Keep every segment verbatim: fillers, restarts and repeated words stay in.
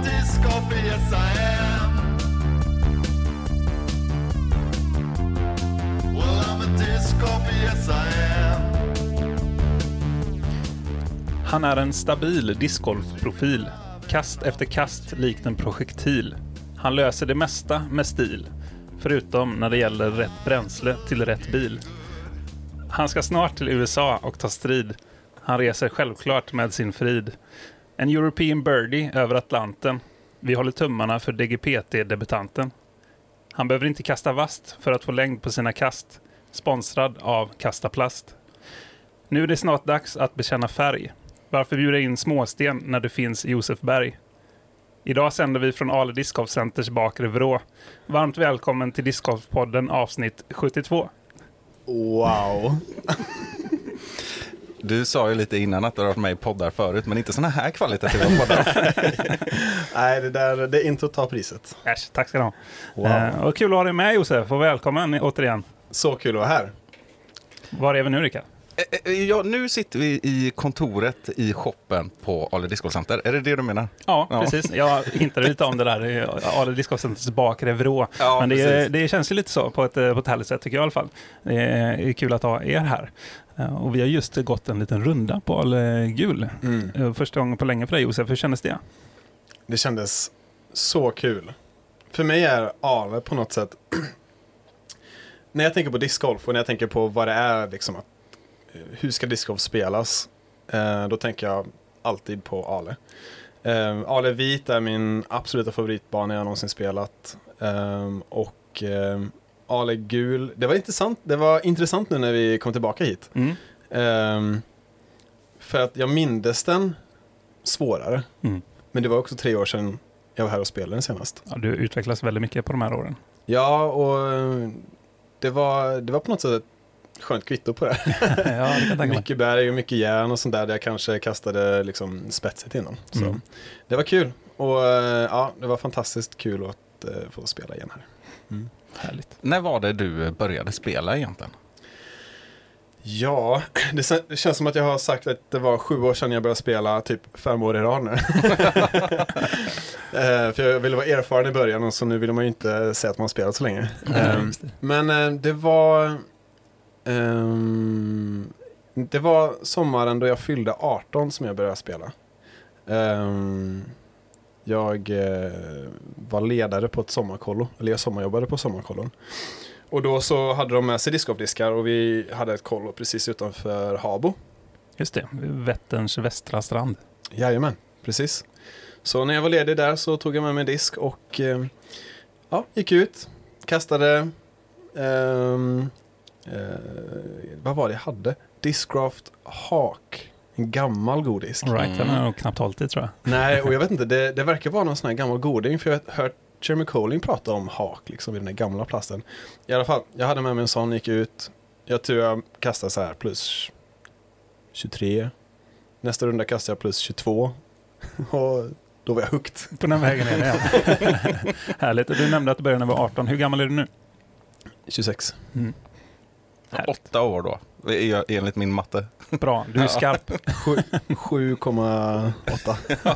discgolf, yes I am. Well, I'm a discgolf, yes I am. Han är en stabil discgolfprofil. Kast efter kast likt en projektil. Han löser det mesta med stil. Förutom när det gäller rätt bränsle till rätt bil. Han ska snart till U S A och ta strid. Han reser självklart med sin frid. En European birdie över Atlanten. Vi håller tummarna för D G P T-debutanten. Han behöver inte kasta vast för att få längd på sina kast. Sponsrad av Kastaplast. Nu är det snart dags att bekänna färg. Varför bjuda in småsten när det finns i Josefberg? Idag sänder vi från Ale Discgolf Centers bakre vrå. Varmt välkommen till Discgolfpodden avsnitt sjuttiotvå. Wow. Du sa ju lite innan att du har varit med i poddar förut, men inte såna här kvalitativa poddar. Nej, det där det inte att ta priset. Äsch, tack ska du ha. Wow. Eh, och kul att ha dig med, Josef, och välkommen återigen. Så kul att vara här. Var är vi nu, Rickard? Ja, nu sitter vi i kontoret i shoppen på Ale Discgolf Center. Är det det du menar? Ja, Ja. precis. Jag hittade lite om det där. Ale Discgolf Centers bakre vrå. Ja, men det, precis. det känns ju lite så på ett, på ett härligt sätt, tycker jag i alla fall. Det är kul att ha er här. Och vi har just gått en liten runda på Ale Gul. Mm. Första gången på länge för dig, Josef. Hur kändes det? Det kändes så kul. För mig är Ale på något sätt... när jag tänker på discgolf och när jag tänker på vad det är, liksom att hur ska discgolf spelas? Eh, då tänker jag alltid på Ale. Eh, Ale Vit är min absoluta favoritbana jag någonsin spelat. Eh, och eh, Ale Gul, det var intressant, det var intressant nu när vi kom tillbaka hit. Mm. Eh, för att jag mindes den svårare. Mm. Men det var också tre år sedan jag var här och spelade den senast. Ja, du utvecklas väldigt mycket på de här åren. Ja, och det var, det var på något sätt skönt kvitto på det. Ja, det kan jag tänka mig. Mycket berg och mycket järn och sånt där, där jag kanske kastade liksom spetset innan. Så Mm. det var kul. Och ja, det var fantastiskt kul att uh, få spela igen här. Mm. Härligt. När var det du började spela egentligen? Ja, det, det känns som att jag har sagt att det var sju år sedan jag började spela, typ fem år i rad nu. uh, för jag ville vara erfaren i början och så nu vill man ju inte säga att man har spelat så länge. Mm. Um, men uh, det var... Um, det var sommaren då jag fyllde arton som jag började spela. Um, jag uh, var ledare på ett sommarkollo, eller jag sommarjobbade på sommarkollon. Och då så hade de med sig discgolfdiskar och vi hade ett kollo precis utanför Habo. Just det, Vätterns västra strand. Jajamän, precis. Så när jag var ledig där så tog jag med mig en disk och uh, ja, gick ut, kastade... Um, Uh, vad var det jag hade? Discraft Hawk. En gammal goddisk. All right, den har jag nog knappt hållit i, tror jag. Nej, och jag vet inte, det, det verkar vara någon sån här gammal goding, för jag har hört Jeremy Colling prata om Hawk liksom i den här gamla plasten. I alla fall, jag hade med mig en sån, gick ut. Jag tror jag kastade så här plus tjugotre. Nästa runda kastade jag plus tjugotvå. Och då var jag hooked. På den vägen är det, ja. Härligt. Du nämnde att du började när du var arton. Hur gammal är du nu? tjugosex. Mm. Åtta år då, enligt min matte. Bra, du är skarp. sju komma åtta.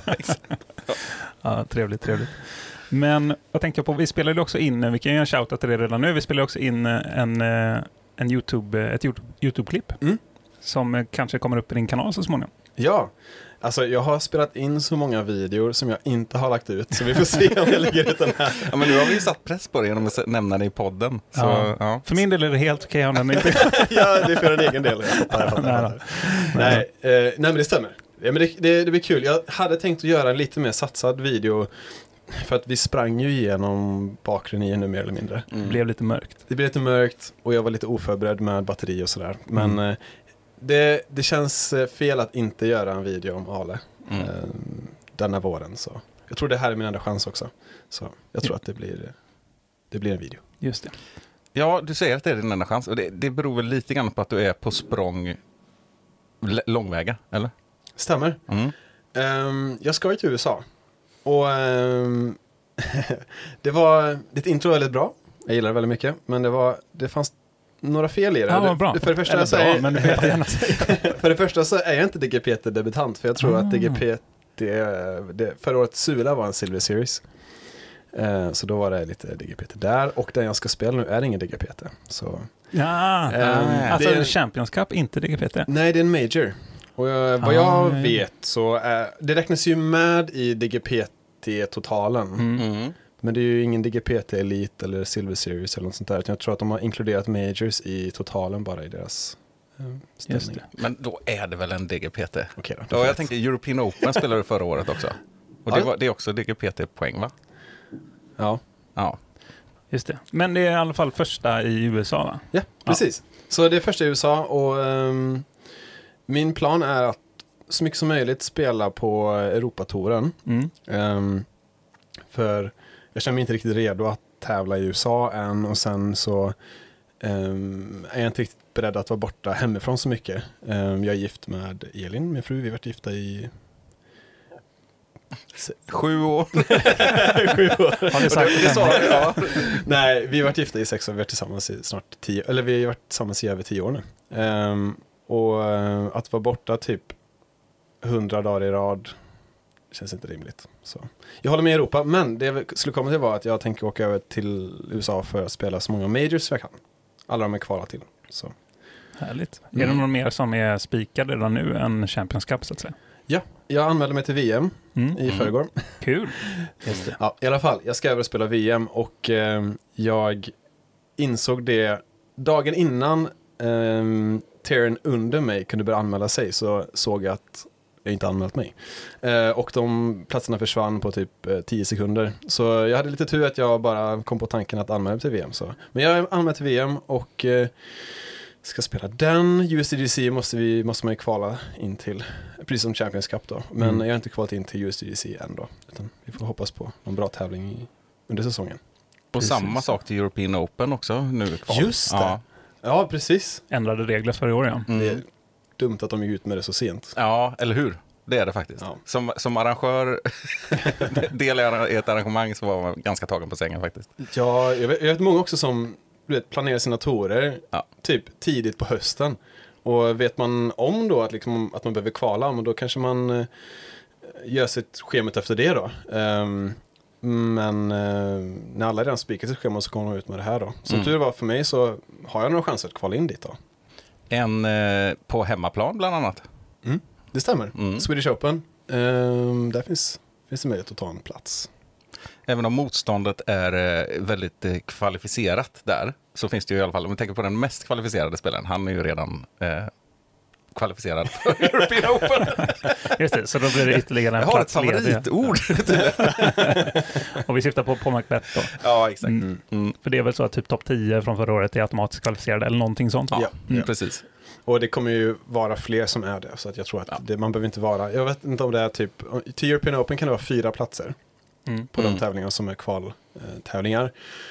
Ja, trevligt, trevligt. Men vad tänkte jag på? Vi spelade också in, vi kan göra en shoutout till det redan nu, vi spelade också in en, en YouTube, ett YouTube-klipp Mm. som kanske kommer upp i din kanal så småningom. Ja, alltså jag har spelat in så många videor som jag inte har lagt ut, så vi får se om jag lägger ut den här. Ja, men nu har vi ju satt press på det genom att nämna det i podden. Så, Ja. ja. För min del är det helt okej om den inte... Ja, det är för en egen del. Jag fattar, jag fattar, jag fattar. Nej, eh, nej, men det stämmer. Ja, men det, det, det blir kul. Jag hade tänkt att göra en lite mer satsad video, för att vi sprang ju igenom bakre nio nu mer eller mindre. Det blev lite mörkt. Det blev lite mörkt och jag var lite oförberedd med batteri och sådär. Men Mm. eh, det, det känns fel att inte göra en video om Ale Mm. eh, denna våren. Så jag tror det här är min enda chans också. Så jag tror Ja. att det blir, det blir en video. Just det. Ja, du säger att det är din enda chans. Och det, det beror väl lite grann på att du är på språng l- långväga, eller? Stämmer. Mm. Um, jag ska ju till U S A. Och um, det var, ditt intro var väldigt bra. Jag gillar det väldigt mycket. Men det var, det fanns några fel i det. Ja, vad bra. det för, det första Eller så bra, är, men du får gärna säga. för det första så är jag inte D G P T-debutant. För jag tror Ah. att D G P det, det, förra året Sula var en Silver Series. Eh, så då var det lite D G P T där. Och den jag ska spela nu är ingen D G P T. Så, Ja, eh, alltså det är, Champions Cup, inte D G P T. nej, det är en major. Och jag, vad Ah, jag ja, ja. vet så är, det räknas ju med i D G P T-totalen. Mm. Mm. Men det är ju ingen D G P T Elite eller Silver Series eller något sånt där. Jag tror att de har inkluderat majors i totalen bara i deras eh, ställning. Just det. Men då är det väl en D G P T? Okej då. då Ja, får jag jag tänkte European Open spelade du förra året också. Och det, Ja. var, det är också D G P T-poäng, va? Ja. Ja. Just det. Men det är i alla fall första i U S A, va? Ja, precis. Så det är första i U S A och ehm, min plan är att så mycket som möjligt spela på Europatouren. Mm. Ehm, för jag känner mig inte riktigt redo att tävla i U S A än och sen så ehm, är jag inte riktigt beredd att vara borta hemifrån så mycket. Ehm, jag är gift med Elin, min fru. Vi har varit gifta i Sju år. sju år. Har ni sagt Det sa du, ja. Nej, vi har varit gifta i sex år. Vi har varit tillsammans i snart tio, eller vi har varit tillsammans i över tio år nu. Ehm, och eh, att vara borta typ hundra dagar i rad känns inte rimligt. Så. Jag håller med i Europa, men det jag skulle komma till var att jag tänker åka över till U S A för att spela så många majors jag kan. Alla de är kvala till. Så. Härligt. Mm. Är det någon mer som är spikad redan nu än Champions Cup, så att säga? Ja, jag anmälde mig till V M Mm. i förrgår. Kul. Just det. Ja, i alla fall. Jag ska över och spela V M och eh, jag insåg det dagen innan eh, tieren under mig kunde börja anmäla sig så såg jag att jag inte anmält mig. Eh, och de platserna försvann på typ eh, tio sekunder. Så jag hade lite tur att jag bara kom på tanken att anmäla mig till V M. Så. Men jag är anmäld till V M och eh, ska spela den. U S D G C måste, vi, måste man ju kvala in till, precis som Champions Cup då. Men Mm. jag har inte kvalat in till U S D G C än då. Utan vi får hoppas på en bra tävling i, under säsongen. Och Precis. samma sak till European Open också nu kvar. Just det. Ja. Ja, precis. Ändrade regler för i år, ja. Mm. Det är dumt att de gick ut med det så sent. Ja, eller hur? Det är det faktiskt. Ja. Som, som arrangör, del i ett arrangemang så var man ganska tagen på sängen faktiskt. Ja, jag vet, jag vet många också som du vet, planerar sina tourer Ja. typ tidigt på hösten. Och vet man om då att, liksom, att man behöver kvala, men då kanske man eh, gör sitt schemat efter det då. Ehm, men eh, när alla redan spikat sitt schema så kommer de ut med det här då. Som Mm. tur var för mig så har jag några chanser att kvala in dit då. En eh, på hemmaplan bland annat. Det stämmer. Mm. Swedish Open. Ehm, där finns, finns det möjlighet att ta en plats. Även om motståndet är eh, väldigt eh, kvalificerat där, så finns det ju i alla fall, om vi tänker på den mest kvalificerade spelaren, han är ju redan eh, kvalificerad för European Open. Just det, så då blir det ytterligare en Jag har ett plats ledig. favoritord. Och vi syftar på Paul McBeth då. Ja, exakt. Mm. Mm. För det är väl så att typ topp tio från förra året är automatiskt kvalificerade eller någonting sånt. Ja, Ja. mm. precis. Och det kommer ju vara fler som är det. Så att jag tror att Ja. det, man behöver inte vara... Jag vet inte om det är typ... Till European Open kan det vara fyra platser Mm. på Mm. de tävlingar som är kvaltävlingar.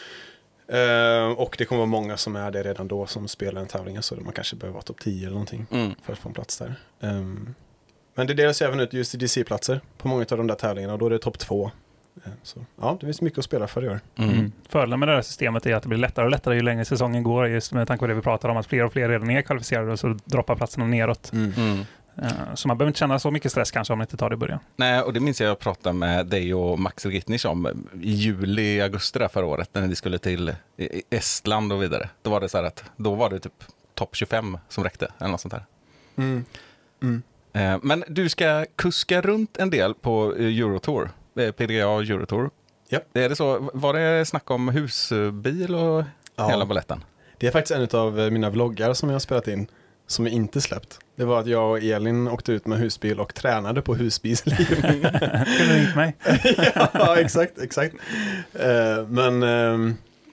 Eh, och det kommer vara många som är det redan då som spelar en tävling. Så man kanske behöver vara topp tio eller någonting Mm. för att få en plats där. Um, men det delas även ut just i D C-platser på många av de där tävlingarna. Och då är det topp två. Eh, så ja, det finns mycket att spela för i år. Mm. Mm. Fördelen med det här systemet är att det blir lättare och lättare ju längre säsongen går, just med tanke på det vi pratar om, att fler och fler redan är kvalificerade och så droppar platserna neråt. Mm. Uh, så man behöver inte känna så mycket stress kanske om man inte tar det i början. Nej, och det minns jag jag pratade med dig och Max Rigitnich om i juli, augusti där förra året när vi skulle till Estland och vidare. Då var det så här att då var det typ topp tjugofem som räckte eller något sånt där. Mm. Mm. Eh, Men du ska kuska runt en del på eh, Eurotour, eh, P D G A Eurotour. Ja. Är det så? Var det snack om husbil och Ja. hela balletten? Det är faktiskt en av mina vloggar som jag har spelat in som jag inte släppt. Det var att jag och Elin åkte ut med husbil och tränade på husbilsliv. Kunde du ringt mig? Ja, exakt, exakt. Eh, men ehm,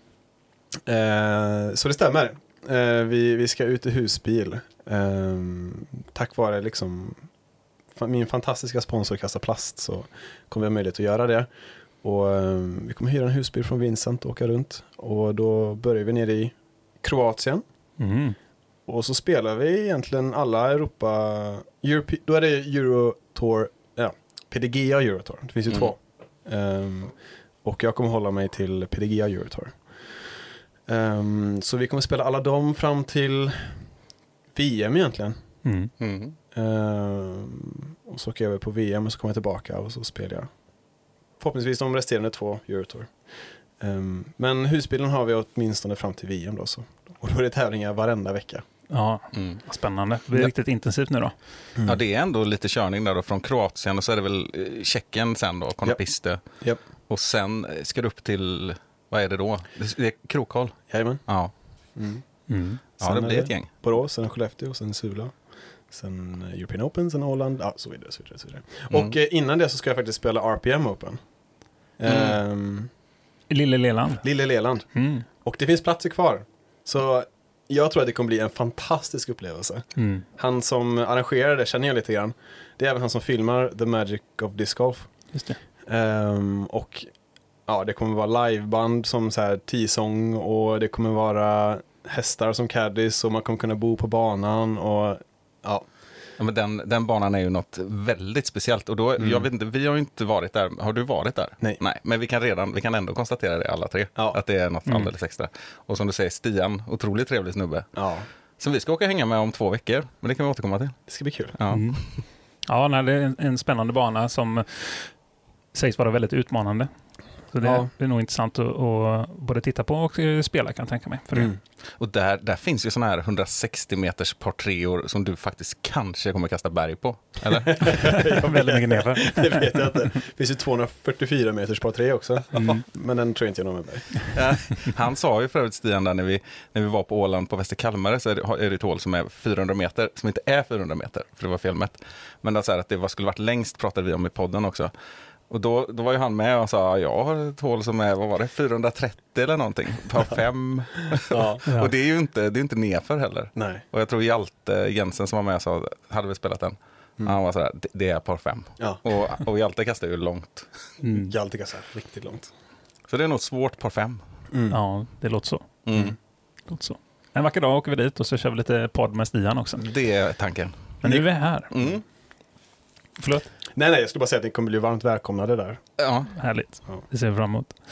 eh, så det stämmer. Eh, vi, vi ska ut i husbil. Eh, tack vare liksom fa- min fantastiska sponsor Kasta Plast så kommer vi ha möjlighet att göra det. Och eh, vi kommer hyra en husbil från Vincent och åka runt. Och då börjar vi nere i Kroatien. Mm. Och så spelar vi egentligen alla Europa... Europe, då är det Eurotour... Ja, P D G A Eurotour. Det finns ju Mm. två. Ehm, och jag kommer hålla mig till P D G A Eurotour. Ehm, så vi kommer spela alla dem fram till V M egentligen. Mm. Mm. Um, och så åker jag över på V M och så kommer jag tillbaka och så spelar jag förhoppningsvis de resterande två Eurotour. Um, men husbilen har vi åtminstone fram till V M då. Så. Och då är det tävlingar varenda vecka. Ja, Mm. spännande. Det blir Ja. riktigt intensivt nu då. Mm. Ja, det är ändå lite körning där då från Kroatien och så är det väl eh, Tjeckien sen då, Konopiste. Japp. Och sen ska du upp till, vad är det då? Det det är Krokhåll. Jajamän. Ja, Mm. Mm. ja Sen det är blir det- ett gäng. Borås, sen Skellefteå, sen Sula. Sen eh, European Open, sen Åland, ja, så vidare, så vidare, så vidare. Mm. Och eh, innan det så ska jag faktiskt spela R P M Open. Mm. Ehm, Lille Leland. Lille Leland. Mm. Och det finns platser kvar. Så jag tror att det kommer bli en fantastisk upplevelse. Mm. Han som arrangerar det känner jag lite grann. Det är även han som filmar The Magic of Disc Golf. Just det. Ehm, och ja, det kommer vara liveband som så här T-sång och det kommer vara hästar som caddies och man kommer kunna bo på banan och ja. Ja, men den, den banan är ju något väldigt speciellt. Och då, Mm. jag vet inte, vi har ju inte varit där. Har du varit där? Nej. Nej, men vi kan, redan, vi kan ändå konstatera det alla tre. Ja. Att det är något Mm. alldeles extra. Och som du säger, Stian, otroligt trevlig snubbe. Ja, Som vi ska åka och hänga med om två veckor. Men det kan vi återkomma till. det ska bli kul. Ja. Mm. Ja, nej, det är en, en spännande bana som sägs vara väldigt utmanande. Så det, Ja. det är nog intressant att, att både titta på och eh, spela, kan jag tänka mig. För det. Mm. Och där, där finns ju sådana här hundrasextio meters par treor som du faktiskt kanske kommer kasta berg på. Eller? Väldigt mycket nerför. Det vet jag inte. Det finns ju tvåhundrafyrtiofyra meters par tre också. Mm. Men den tror jag inte jag når med mig. Ja, han sa ju för övrigt, Stian, där när vi, när vi var på Åland på Västerkalmare, så är det, är det ett hål som är fyrahundra meter, som inte är fyrahundra meter, för det var felmätt. Men det, så här, att det var, skulle varit längst pratade vi om i podden också. Och då, då var ju han med och sa, jag har ett hål som är, vad var det, fyrahundratrettio eller någonting, par fem. Ja. Ja. Och det är ju inte, det är inte nerför heller. Nej. Och jag tror Hjalte Jensen som var med sa, hade vi spelat den? Mm. Han var sådär, det, det är par fem. Ja. Och, och Hjalte kastar ju långt. Mm. Jag alltid kastar riktigt långt. Så det är nog svårt par fem. Mm. Ja, det låter så. Mm. låter så. En vacker dag åker vi dit och så kör vi lite podd med Stian också. Det är tanken. Men nu är vi här. Mm. Förlåt? Nej, nej, jag skulle bara säga att ni kommer bli varmt välkomnade där. Ja. Härligt. Ja. Det ser vi fram emot.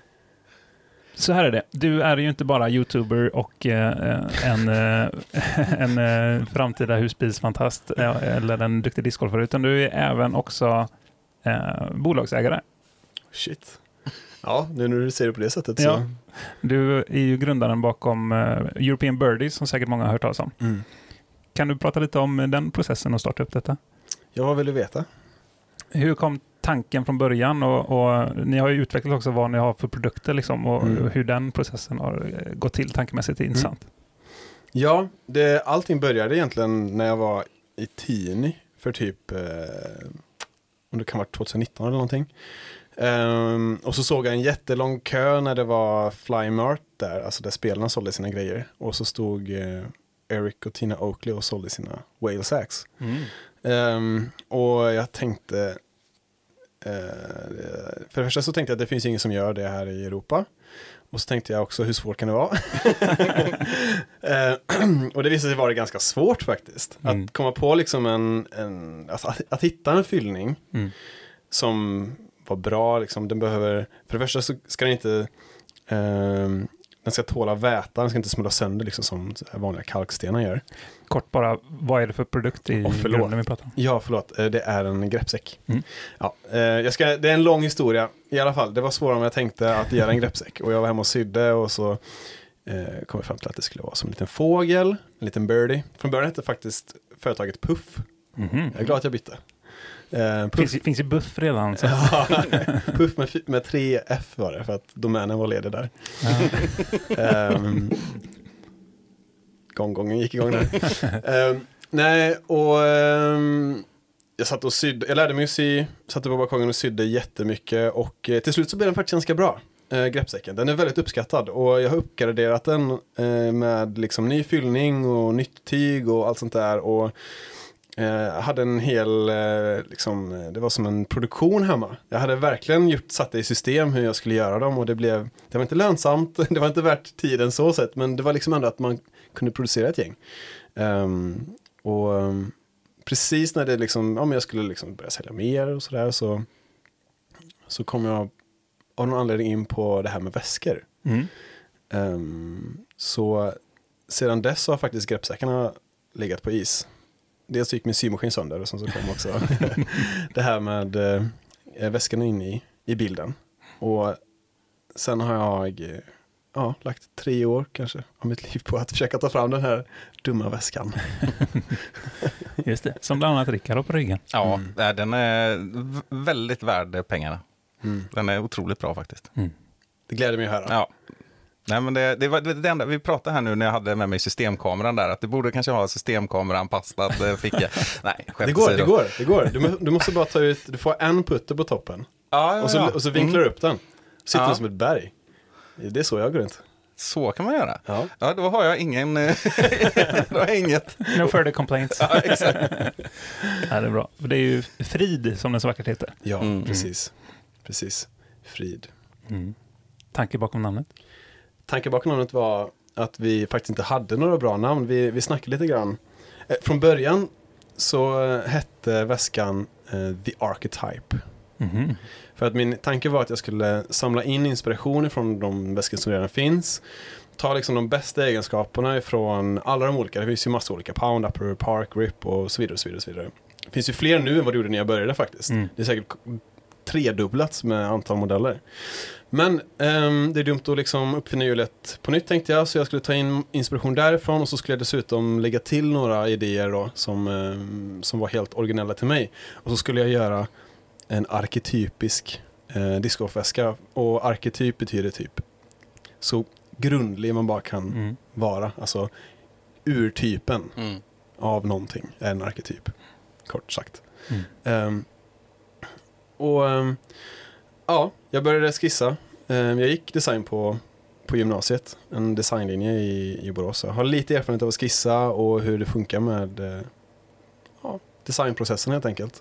Så här är det. Du är ju inte bara YouTuber och eh, en, eh, en eh, framtida husbilsfantast eh, eller en duktig discgolfare, utan du är även också eh, bolagsägare. Shit. Ja, nu när du ser det på det sättet så... Ja. Du är ju grundaren bakom eh, European Birdies, som säkert många har hört talas om. Mm. Kan du prata lite om den processen och starta upp detta? Jag vad vill du veta? Hur kom tanken från början och, och ni har ju utvecklat också vad ni har för produkter liksom, och Mm. hur den processen har eh, gått till tankemässigt är intressant. Ja, det, allting började egentligen när jag var i Tini för typ, eh, om det kan vara tjugonitton eller någonting. Ehm, och så såg jag en jättelång kö när det var Fly Mart där, alltså där spelarna sålde sina grejer. Och så stod eh, Eric och Tina Oakley och sålde sina whale sacks. Mm. Ehm, och jag tänkte, eh, för det första så tänkte jag att det finns ingen som gör det här i Europa. Och så tänkte jag också, hur svårt kan det vara? Ehm, och det visade sig vara ganska svårt faktiskt. Mm. Att komma på liksom en, en alltså att, att hitta en fyllning Mm. som var bra. Liksom. Den behöver, för det första så ska den inte, ehm, den ska tåla väta, den ska inte smulla sönder liksom, som vanliga kalkstenar gör. Kort bara, vad är det för produkt i Åh, förlåt. grunden vi pratar om? Ja, förlåt. Eh, Det är en greppsäck. Mm. Ja, eh, jag ska, det är en lång historia. I alla fall, det var svårare än jag tänkte att göra en greppsäck. Och jag var hemma och sydde och så eh, kom jag fram till att det skulle vara som en liten fågel, en liten birdie. Från början hette faktiskt företaget Puff. Mhm. Jag är glad att jag bytte. Eh, Puff, Finns, finns ju buff redan. Så. ja, Puff med, fy- med tre F var det, för att domänen var ledig där. Ja. Um, gånggången gick igång där. um, nej, och um, jag satt och sydde, jag lärde mig att sy, satt på balkongen och sydde jättemycket och eh, till slut så blev den faktiskt ganska bra, eh, greppsäcken. Den är väldigt uppskattad och jag har uppgraderat den eh, med liksom ny fyllning och nytt tyg och allt sånt där och jag hade en hel, eh, liksom, det var som en produktion hemma. Jag hade verkligen gjort, satt det i system hur jag skulle göra dem och det blev, det var inte lönsamt, det var inte värt tiden så sett, men det var liksom ändå att man kunde producera ett gäng. Um, och um, precis när det liksom, ja men jag skulle liksom börja sälja mer och sådär så, så kom jag av någon anledning in på det här med väskor. Mm. Um, så sedan dess så har faktiskt greppsäckarna legat på is. dels gick min symaskin sönder och sen så kom också det här med eh, väskan in i, i bilden. Och sen har jag eh, ja, lagt tre år kanske av mitt liv på att försöka ta fram den här dumma väskan. Just det, som bland annat Rickard har på ryggen. Ja, mm. den är v- väldigt värd pengarna. Mm. Den är otroligt bra faktiskt. Mm. Det gläder mig att höra. Ja. Nej, men det, det var det enda vi pratade här nu när jag hade med mig systemkameran där, att det borde kanske ha systemkameranpassad ficka. Nej, det går, det går, det går. Du, må, du måste bara ta ut, du får en putter på toppen. Ja, ja, och, så, ja. och så vinklar du mm. upp den. Sitter ja. som ett berg. Det är så jag går runt. Så kan man göra. Ja, ja då har jag ingen... då har jag inget. No further complaints. Ja, exakt. Ja, det är bra. Det är ju Frid som den så vackert heter. ja Mm. precis. Precis. Frid. Mm. Tanke bakom namnet? Tanken bakom namnet var att vi faktiskt inte hade några bra namn. Vi, vi snackade lite grann. Eh, från början så eh, hette väskan eh, The Archetype. Mm. För att min tanke var att jag skulle samla in inspiration från de väskor som redan finns. Ta liksom de bästa egenskaperna från alla de olika. Det finns ju massa olika. Pound, Upper, Park, Grip och så vidare och så vidare. Och så vidare. Det finns ju fler nu än vad det gjorde när jag började faktiskt. Mm. Det är säkert tredubblats med antal modeller. Men um, det är dumt att liksom uppfinna hjulet på nytt tänkte jag. Så jag skulle ta in inspiration därifrån. Och så skulle jag dessutom lägga till några idéer då, som, um, som var helt originella till mig. Och så skulle jag göra en arketypisk eh, discgolfväska. Och arketyp betyder typ så grundlig man bara kan Mm. vara. Alltså urtypen Mm. av någonting är en arketyp. Kort sagt. Mm. Um, och um, ja, jag började skissa. Um, jag gick design på, på gymnasiet. En designlinje i, i Borås. Jag har lite erfarenhet av att skissa och hur det funkar med uh, ja, designprocessen helt enkelt.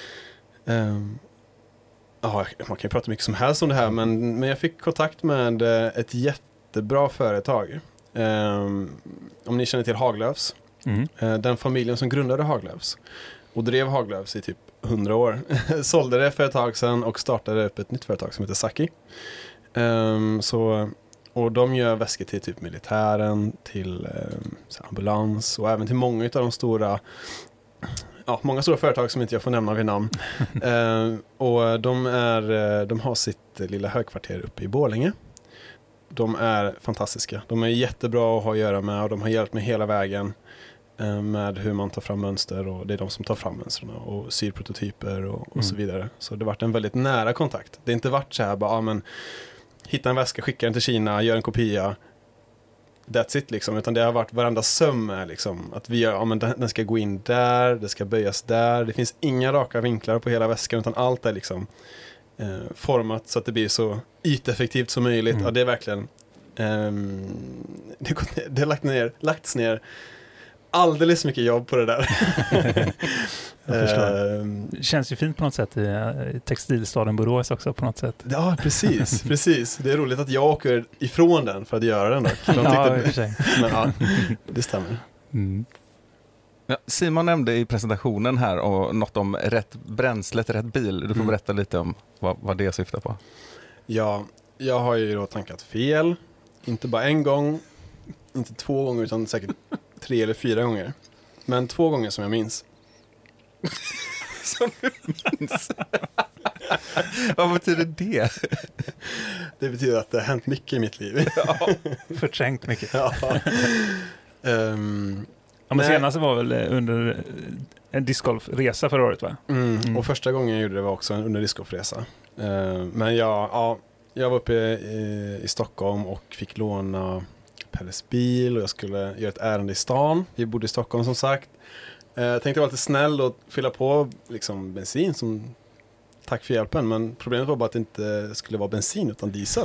Um, ja, man kan ju prata mycket som helst om det här, men, men jag fick kontakt med uh, ett jättebra företag. Um, om ni känner till Haglöfs. Mm. Uh, den familjen som grundade Haglöfs och drev Haglöfs i typ hundra år. Sålde det för ett tag sedan och startade upp ett nytt företag som heter Saki. Um, så, och de gör väskor till typ militären, till um, ambulans och även till många av de stora ja, många stora företag som inte jag får nämna vid namn. um, och de, är, de har sitt lilla högkvarter uppe i Borlänge. De är fantastiska. De är jättebra att ha att göra med och de har hjälpt mig hela vägen med hur man tar fram mönster och det är de som tar fram mönstren och syr prototyper och, och mm. så vidare. Så det har varit en väldigt nära kontakt. Det har inte varit så här bara, ja, men hitta en väska, skicka den till Kina, gör en kopia. That's it liksom, utan det har varit varenda söm är liksom att vi gör, ja men den ska gå in där, det ska böjas där. Det finns inga raka vinklar på hela väskan utan allt är liksom eh, format så att det blir så yteffektivt som möjligt. Mm. Ja, det är verkligen ehm, det, det har lagt ner, lagts ner alldeles mycket jobb på det där. Jag förstår. Det känns ju fint på något sätt i, i textilstaden Borås också på något sätt. Ja, precis. precis. Det är roligt att jag åker ifrån den för att göra den. Dock. De ja, tyckte, i och för sig. men ja, det stämmer. Mm. Ja, Simon nämnde i presentationen här och något om rätt bränsle till rätt bil. Du får Mm. berätta lite om vad, vad det syftar på. Ja, jag har ju då tankat fel. Inte bara en gång, inte två gånger utan säkert tre eller fyra gånger. Men två gånger som jag minns. Som du minns? Vad betyder det? Det betyder att det har hänt mycket i mitt liv. Ja, förträngt mycket. Ja. um, Ja, men senast var väl under en discgolfresa förra året, va? Mm, Mm. och första gången jag gjorde det var också under discgolfresa. Uh, men jag, ja, jag var uppe i, i Stockholm och fick låna Pelles bil och jag skulle göra ett ärende i stan. Vi bodde i Stockholm som sagt. Uh, jag tänkte vara lite snäll och fylla på liksom, bensin som tack för hjälpen. Men problemet var bara att det inte skulle vara bensin utan diesel.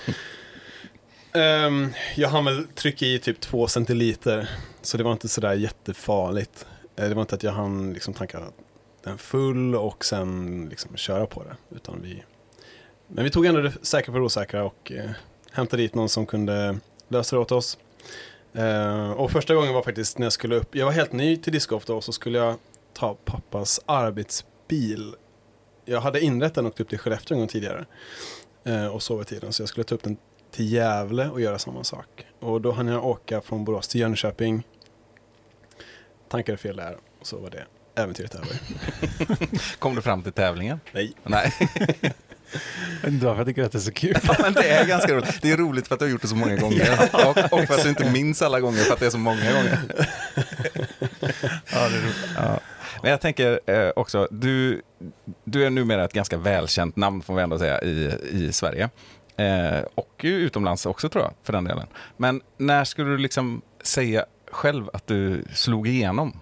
um, jag hann väl trycka i typ två centiliter. Så det var inte sådär jättefarligt. Uh, det var inte att jag hann liksom, tanka den full och sen liksom, köra på det. Utan vi... Men vi tog ändå det säkra för det osäkra och uh, hämtade dit någon som kunde lösa det åt oss. Uh, och första gången var faktiskt när jag skulle upp. Jag var helt ny till discgolf då, så skulle jag ta pappas arbetsbil. Jag hade inrett den och åkt upp till Skellefteå en gång tidigare. Uh, och sovit i den. Så jag skulle ta upp den till Gävle och göra samma sak. Och då hann jag åka från Borås till Jönköping. Tankade fel där. Och så var det äventyret över. Kom du fram till tävlingen? Nej. Nej. Jag vet inte varför jag tycker att det är så kul. Ja, men det är ganska roligt. Det är roligt för att du har gjort det så många gånger. Och, och för att du inte minns alla gånger för att det är så många gånger. Ja, det är roligt. Ja. Men jag tänker eh, också, du, du är numera ett ganska välkänt namn får vi ändå säga i, i Sverige. Eh, och utomlands också tror jag, för den delen. Men när skulle du liksom säga själv att du slog igenom?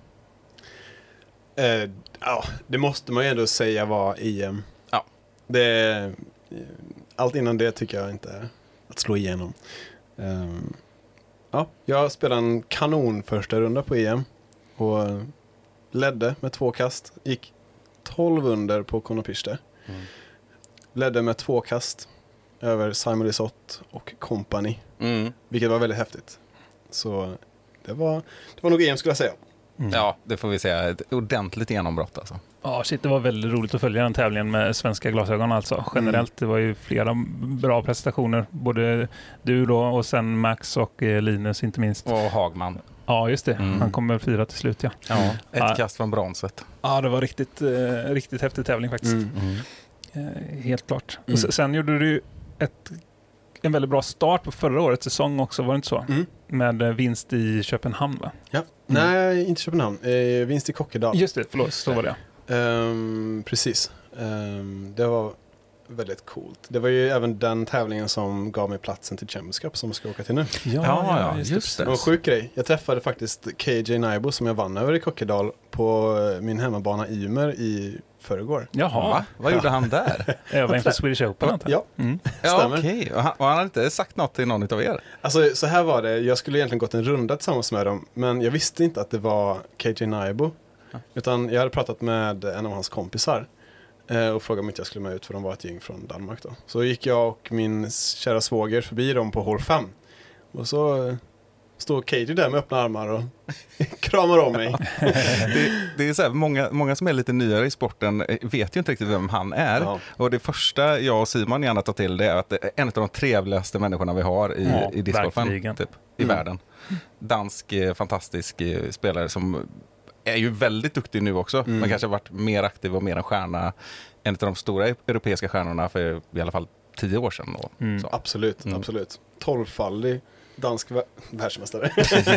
Eh, ja, det måste man ju ändå säga var i... Eh, Ja. Det, allt innan det tycker jag inte är att slå igenom. Um, ja, jag spelade en kanon första runda på E M och ledde med två kast. Gick tolv under på Konopiste. Mm. Ledde med två kast över Simon Lisotte och company. Mm. Vilket var väldigt häftigt. Så det var, det var nog E M skulle jag säga. Mm. Ja, det får vi säga. Ett ordentligt genombrott alltså. Ja, shit, det var väldigt roligt att följa den tävlingen med svenska glasögon alltså. Generellt, det var ju flera bra prestationer. Både du då och sen Max och eh, Linus inte minst. Och Hagman. Ja, just det. Mm. Han kommer fyra till slut, ja. Ja, ett Ja. kast från bronset. Ja, det var riktigt, eh, riktigt häftig tävling faktiskt. Mm. Mm. Eh, helt klart. Mm. Och sen, sen gjorde du ju ett, en väldigt bra start på förra årets säsong också, var det inte så? Mm. Med eh, vinst i Köpenhamn, va? Ja. Nej, inte Köpenhamn. Eh, vinst i Kokkedal. Just det, förlåt, så var det. Um, precis. Um, det var väldigt coolt. Det var ju även den tävlingen som gav mig platsen till Champions Cup som jag ska åka till nu. Ja, ja, just Det var en sjuk grej. Jag träffade faktiskt K J Naibo som jag vann över i Kokkedal på min hemmabana Ymer i förrgår. Jaha, Va? Vad gjorde han där? även inför Swedish Open antar jag. Ja, Mm. Ja, stämmer. okej. Och han, och han hade inte sagt något till någon av er? Alltså så här var det. Jag skulle egentligen gått en runda tillsammans med dem. Men jag visste inte att det var K J Naibo. Utan jag hade pratat med en av hans kompisar. Eh, och frågade om inte jag skulle med ut för de var ett gäng från Danmark då. Så gick jag och min kära svåger förbi dem på hål fem. Och så eh, står K J där med öppna armar och kramar om mig. Det, det är så här, många, många som är lite nyare i sporten eh, vet ju inte riktigt vem han är. Ja. Och det första jag och Simon gärna tar till det är att det är en av de trevligaste människorna vi har i, Ja, i discgolfen verkligen. typ, i Mm. världen. Dansk, eh, fantastisk eh, spelare som är ju väldigt duktig nu också. Mm. Man kanske har varit mer aktiv och mer en stjärna. En av de stora europeiska stjärnorna för i alla fall tio år sedan. Och, Mm. så. Absolut, Mm. absolut. Tolvfaldig dansk vä- världsmästare.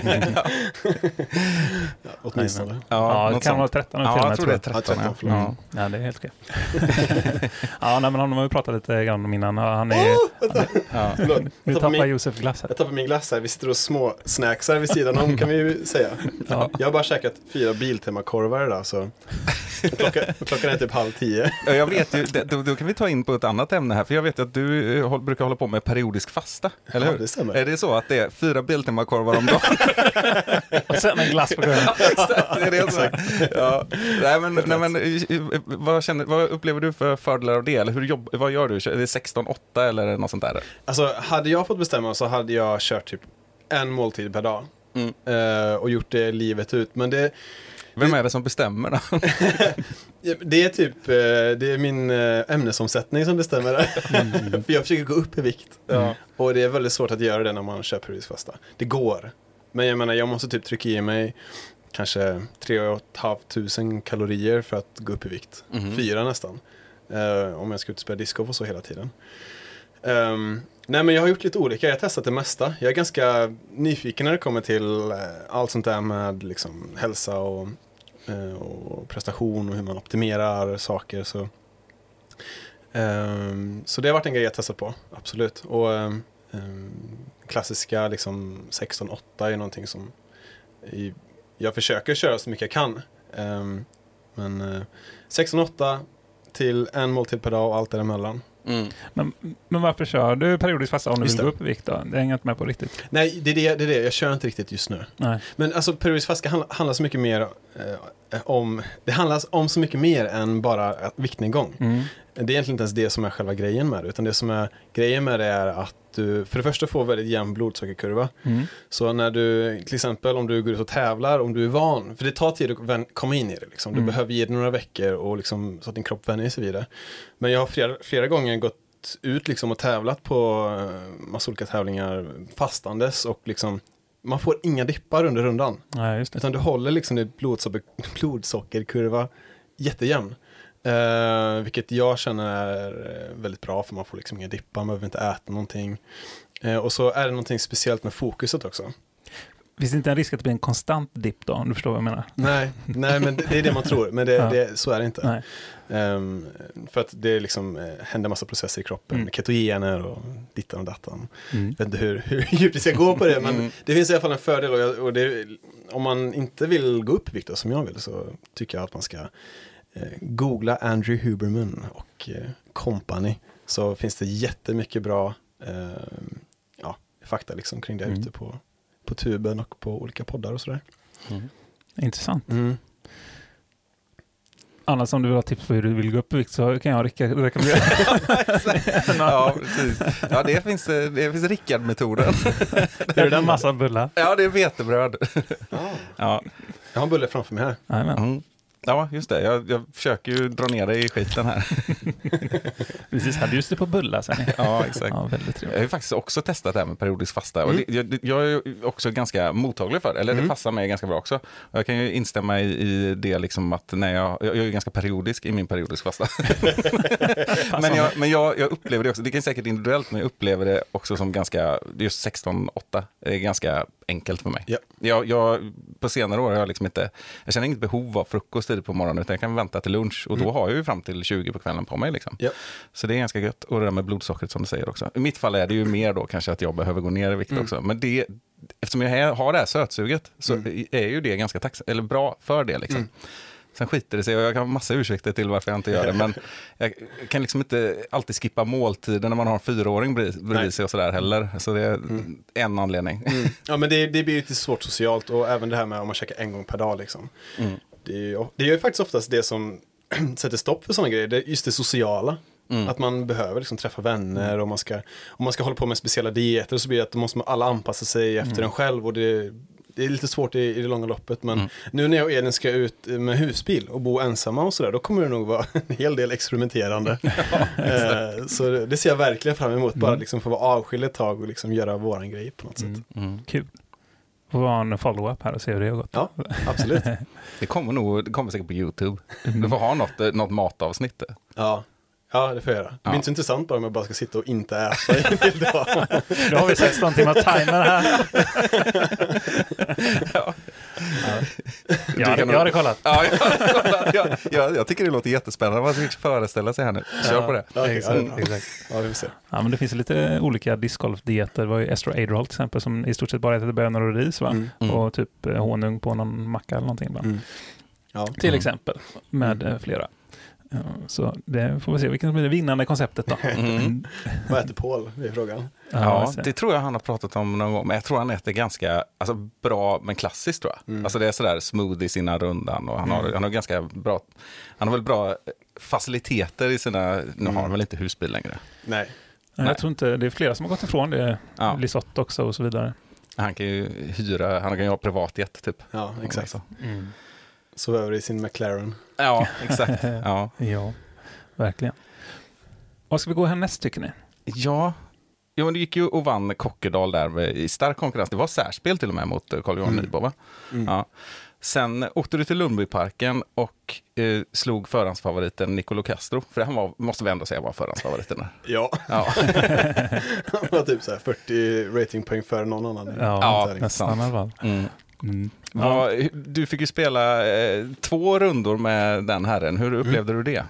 ja, åtminstone. Ja, det något kan sånt. vara tretton nu Ja, till och jag med, tror det är tror jag. tretton. Ja, Ja, tretton, ja. Ja, det är helt okej. Ja, nej, men honom har vi pratat lite grann om innan. Han är, Ja. Förlåt, nu jag tappar tappar min, Josef glass här. jag tappar min glass här. Vi sitter och små snacksar vid sidan om kan vi ju säga. Ja. Jag har bara käkat fyra Biltema-korvar idag så klockan, klockan är typ halv tio. Ja, jag vet ju, det- då, då kan vi ta in på ett annat ämne här, för jag vet att du eh, håll, brukar hålla på med periodisk fasta, eller Ja, hur? det stämmer. Är det så att det är fyra Biltema-korvar om dagen? Och sen en glass på kvällen. Exakt, är det så? Ja. Nej, men, nej, men eh, vad, känner, vad upplever du för fördelar av det? Eller hur jobb, vad gör du? Är det sexton åtta eller något sånt där? Alltså, hade jag fått bestämma så hade jag kört typ en måltid per dag. Mm. Eh, och gjort det livet ut. Men det, Vem är det som bestämmer då? ja, det är typ eh, det är min eh, ämnesomsättning som bestämmer det. För jag försöker gå upp i vikt. Ja. Och det är väldigt svårt att göra det när man kör periodisk fasta. Det går. Men jag menar, jag måste typ trycka i mig kanske tre och ett halvt tusen kalorier för att gå upp i vikt. Mhm. Fyra nästan. Eh, om jag ska ut och spela discgolf och så hela tiden. Ehm, nej men jag har gjort lite olika, jag har testat det mesta. Jag är ganska nyfiken när det kommer till eh, allt sånt där med liksom, hälsa och, eh, och prestation och hur man optimerar saker. Så, ehm, så det har varit en grej jag har testat på, absolut. Och ehm, ehm, klassiska liksom, sexton åtta är någonting som i, jag försöker köra så mycket jag kan. Ehm, men eh, sexton åtta till en måltid per dag och allt däremellan. Mm. Men, men varför kör du periodiskt fasta om du Just vill gå det. upp i vikt då? Det hänger jag inte med på riktigt. Nej, det är det, det är det. Jag kör inte riktigt just nu. Nej. Men alltså periodisk fasta handla, handlar så mycket mer eh, om, det handlar om så mycket mer än bara viktnedgång. Mm. Det är egentligen inte ens det som är själva grejen med det, utan det som är grejen med det är att du för det första får väldigt jämn blodsockerkurva. Mm. Så när du, till exempel om du går ut och tävlar, om du är van, för det tar tid att vän, komma in i det liksom. Du Mm. behöver ge det några veckor och liksom, så att din kropp vänjer sig vid det. Men jag har flera, flera gånger gått ut liksom och tävlat på uh, massa olika tävlingar fastandes och liksom man får inga dippar under rundan. Nej, just det. Utan du håller liksom din blodsocker, blodsockerkurva jättejämn. Uh, vilket jag känner är väldigt bra, för man får liksom inga dippar, man behöver inte äta någonting. Uh, och så är det någonting speciellt med fokuset också. Finns det inte en risk att det blir en konstant dipp då, om du förstår vad jag menar? Nej, nej men det, det är det man tror, men det, Ja. det, så är det inte. Nej. Um, för att det liksom uh, händer massa processer i kroppen, Mm. med ketogener och dittan och dattan. Mm. Jag vet inte hur, hur djupt vi ska gå på det, men Mm. det finns i alla fall en fördel, och, jag, och det, om man inte vill gå upp i vikt då, som jag vill, så tycker jag att man ska eh, googla Andrew Huberman och eh, company, så finns det jättemycket bra eh, ja, fakta liksom kring det Mm. ute på, på tuben och på olika poddar och sådär. Mm. Intressant. Mm. Annars om du vill ha tips på hur du vill gå upp i vikt så kan jag reka- rekommendera. Ja, precis. Ja, det finns, det finns Rickard-metoden. Är det en massa bullar? Ja, det är vetebröd. Ah. Ja. Jag har en bulle framför mig här. Jajamän. Mm. Ja, just det. Jag, jag försöker ju dra ner dig i skiten här. Precis, hade just det på bullar sen. Ja, exakt. Ja, väldigt Jag trevligt. har ju faktiskt också testat det här med periodisk fasta. Mm. Och det, jag, jag är ju också ganska mottaglig för det. Eller Mm. det passar mig ganska bra också. Och jag kan ju instämma i, i det liksom att när jag, jag är ju ganska periodisk i min periodisk fasta. men jag, men jag, jag upplever det också, det är säkert individuellt, men jag upplever det också som ganska, just sexton åtta är ganska enkelt för mig. Ja. Jag, jag, på senare år har jag liksom inte, jag känner inget behov av frukost tidigt på morgonen, utan jag kan vänta till lunch och då Mm. har jag ju fram till tjugo på kvällen på mig liksom. Ja. Så det är ganska gött. Och det där med blodsockret som du säger också. I mitt fall är det ju mer då kanske att jag behöver gå ner i vikt Mm. också. Men det, eftersom jag har det här sötsuget så Mm. är ju det ganska tacksam, eller bra för det liksom. Mm. Sen skiter det sig och jag kan ha massa ursäkter till varför jag inte gör det. Men jag kan liksom inte alltid skippa måltiden när man har en fyraåring bredvid Nej. sig och sådär heller. Så det är Mm. en anledning. Mm. Ja, men det, det blir ju lite svårt socialt, och även det här med om man käkar en gång per dag liksom. Mm. Det är ju, det är ju faktiskt oftast det som sätter stopp för sådana grejer. Det är just det sociala. Mm. Att man behöver liksom träffa vänner, och man ska, om man ska hålla på med speciella dieter, så blir det att då måste man alla anpassa sig efter Mm. en själv, och det, det är lite svårt i, i det långa loppet. Men Mm. nu när jag och Elin ska ut med husbil och bo ensamma och sådär, då kommer det nog vara en hel del experimenterande. eh, så det, det ser jag verkligen fram emot, bara Mm. liksom få vara avskild ett tag och liksom göra våran grej på något Mm. sätt. Mm. Kul. Får vara en follow-up här och se hur det har gått. Ja, absolut. Det kommer nog, det kommer säkert på YouTube. Du får ha något, något matavsnitt. Ja. Ja, det får jag göra. Det blir Ja. inte så intressant bara om jag bara ska sitta och inte äta i en hel dag. Då har vi sexton timmar timer här. Ja. Jag hade, jag hade kollat. Ja, jag, jag, jag, jag tycker det låter jättespännande. Man ska föreställa sig här nu. Kör på det. Ja, okej, ja, det är bra. Exakt. Ja, vi får se. Ja, men det finns ju lite olika discgolfdieter. Det var ju Esther Adderall till exempel, som i stort sett bara äter bönor och ris, va? Mm. Mm. Och typ eh, honung på någon macka eller någonting ibland. Mm. Ja. Till Mm. exempel, med Mm. eh, flera. Ja, så det får vi se, vilket blir det vinnande konceptet då. Mm. Vad äter Paul? Det är frågan. Ja, så- det tror jag han har pratat om någon gång. Men jag tror han äter ganska alltså, bra, men klassiskt tror jag. Mm. Alltså det är sådär smoothie i innan rundan. Och han, har, han har ganska bra, han har väl bra faciliteter i sina, nu har Mm. han väl inte husbil längre. Nej. Nej, jag tror inte, det är flera som har gått ifrån det. Ja. Lisotte också och så vidare. Han kan ju hyra, han kan ju ha privatjet typ. Ja, exakt. Så. Så över i sin McLaren. Ja, exakt. Ja. Ja, verkligen. Vad ska vi gå härnäst tycker ni? Ja, jo, men det gick ju och vann Kokkedal där med, i stark konkurrens. Det var särspel till och med mot Carl Johan Mm. Nybo, va? Mm. Ja. Sen åkte du till Lundbyparken och eh, slog förhandsfavoriten Nicolo Castro. För han var, måste vi ändå säga var förhandsfavoriten där. Ja, Ja, han var typ så här fyrtio ratingpoäng för någon annan. Ja, Ja, tävling. nästan sant. i alla fall. mm. Mm. Vad- du fick ju spela eh, två rundor med den herren. Hur upplevde du det?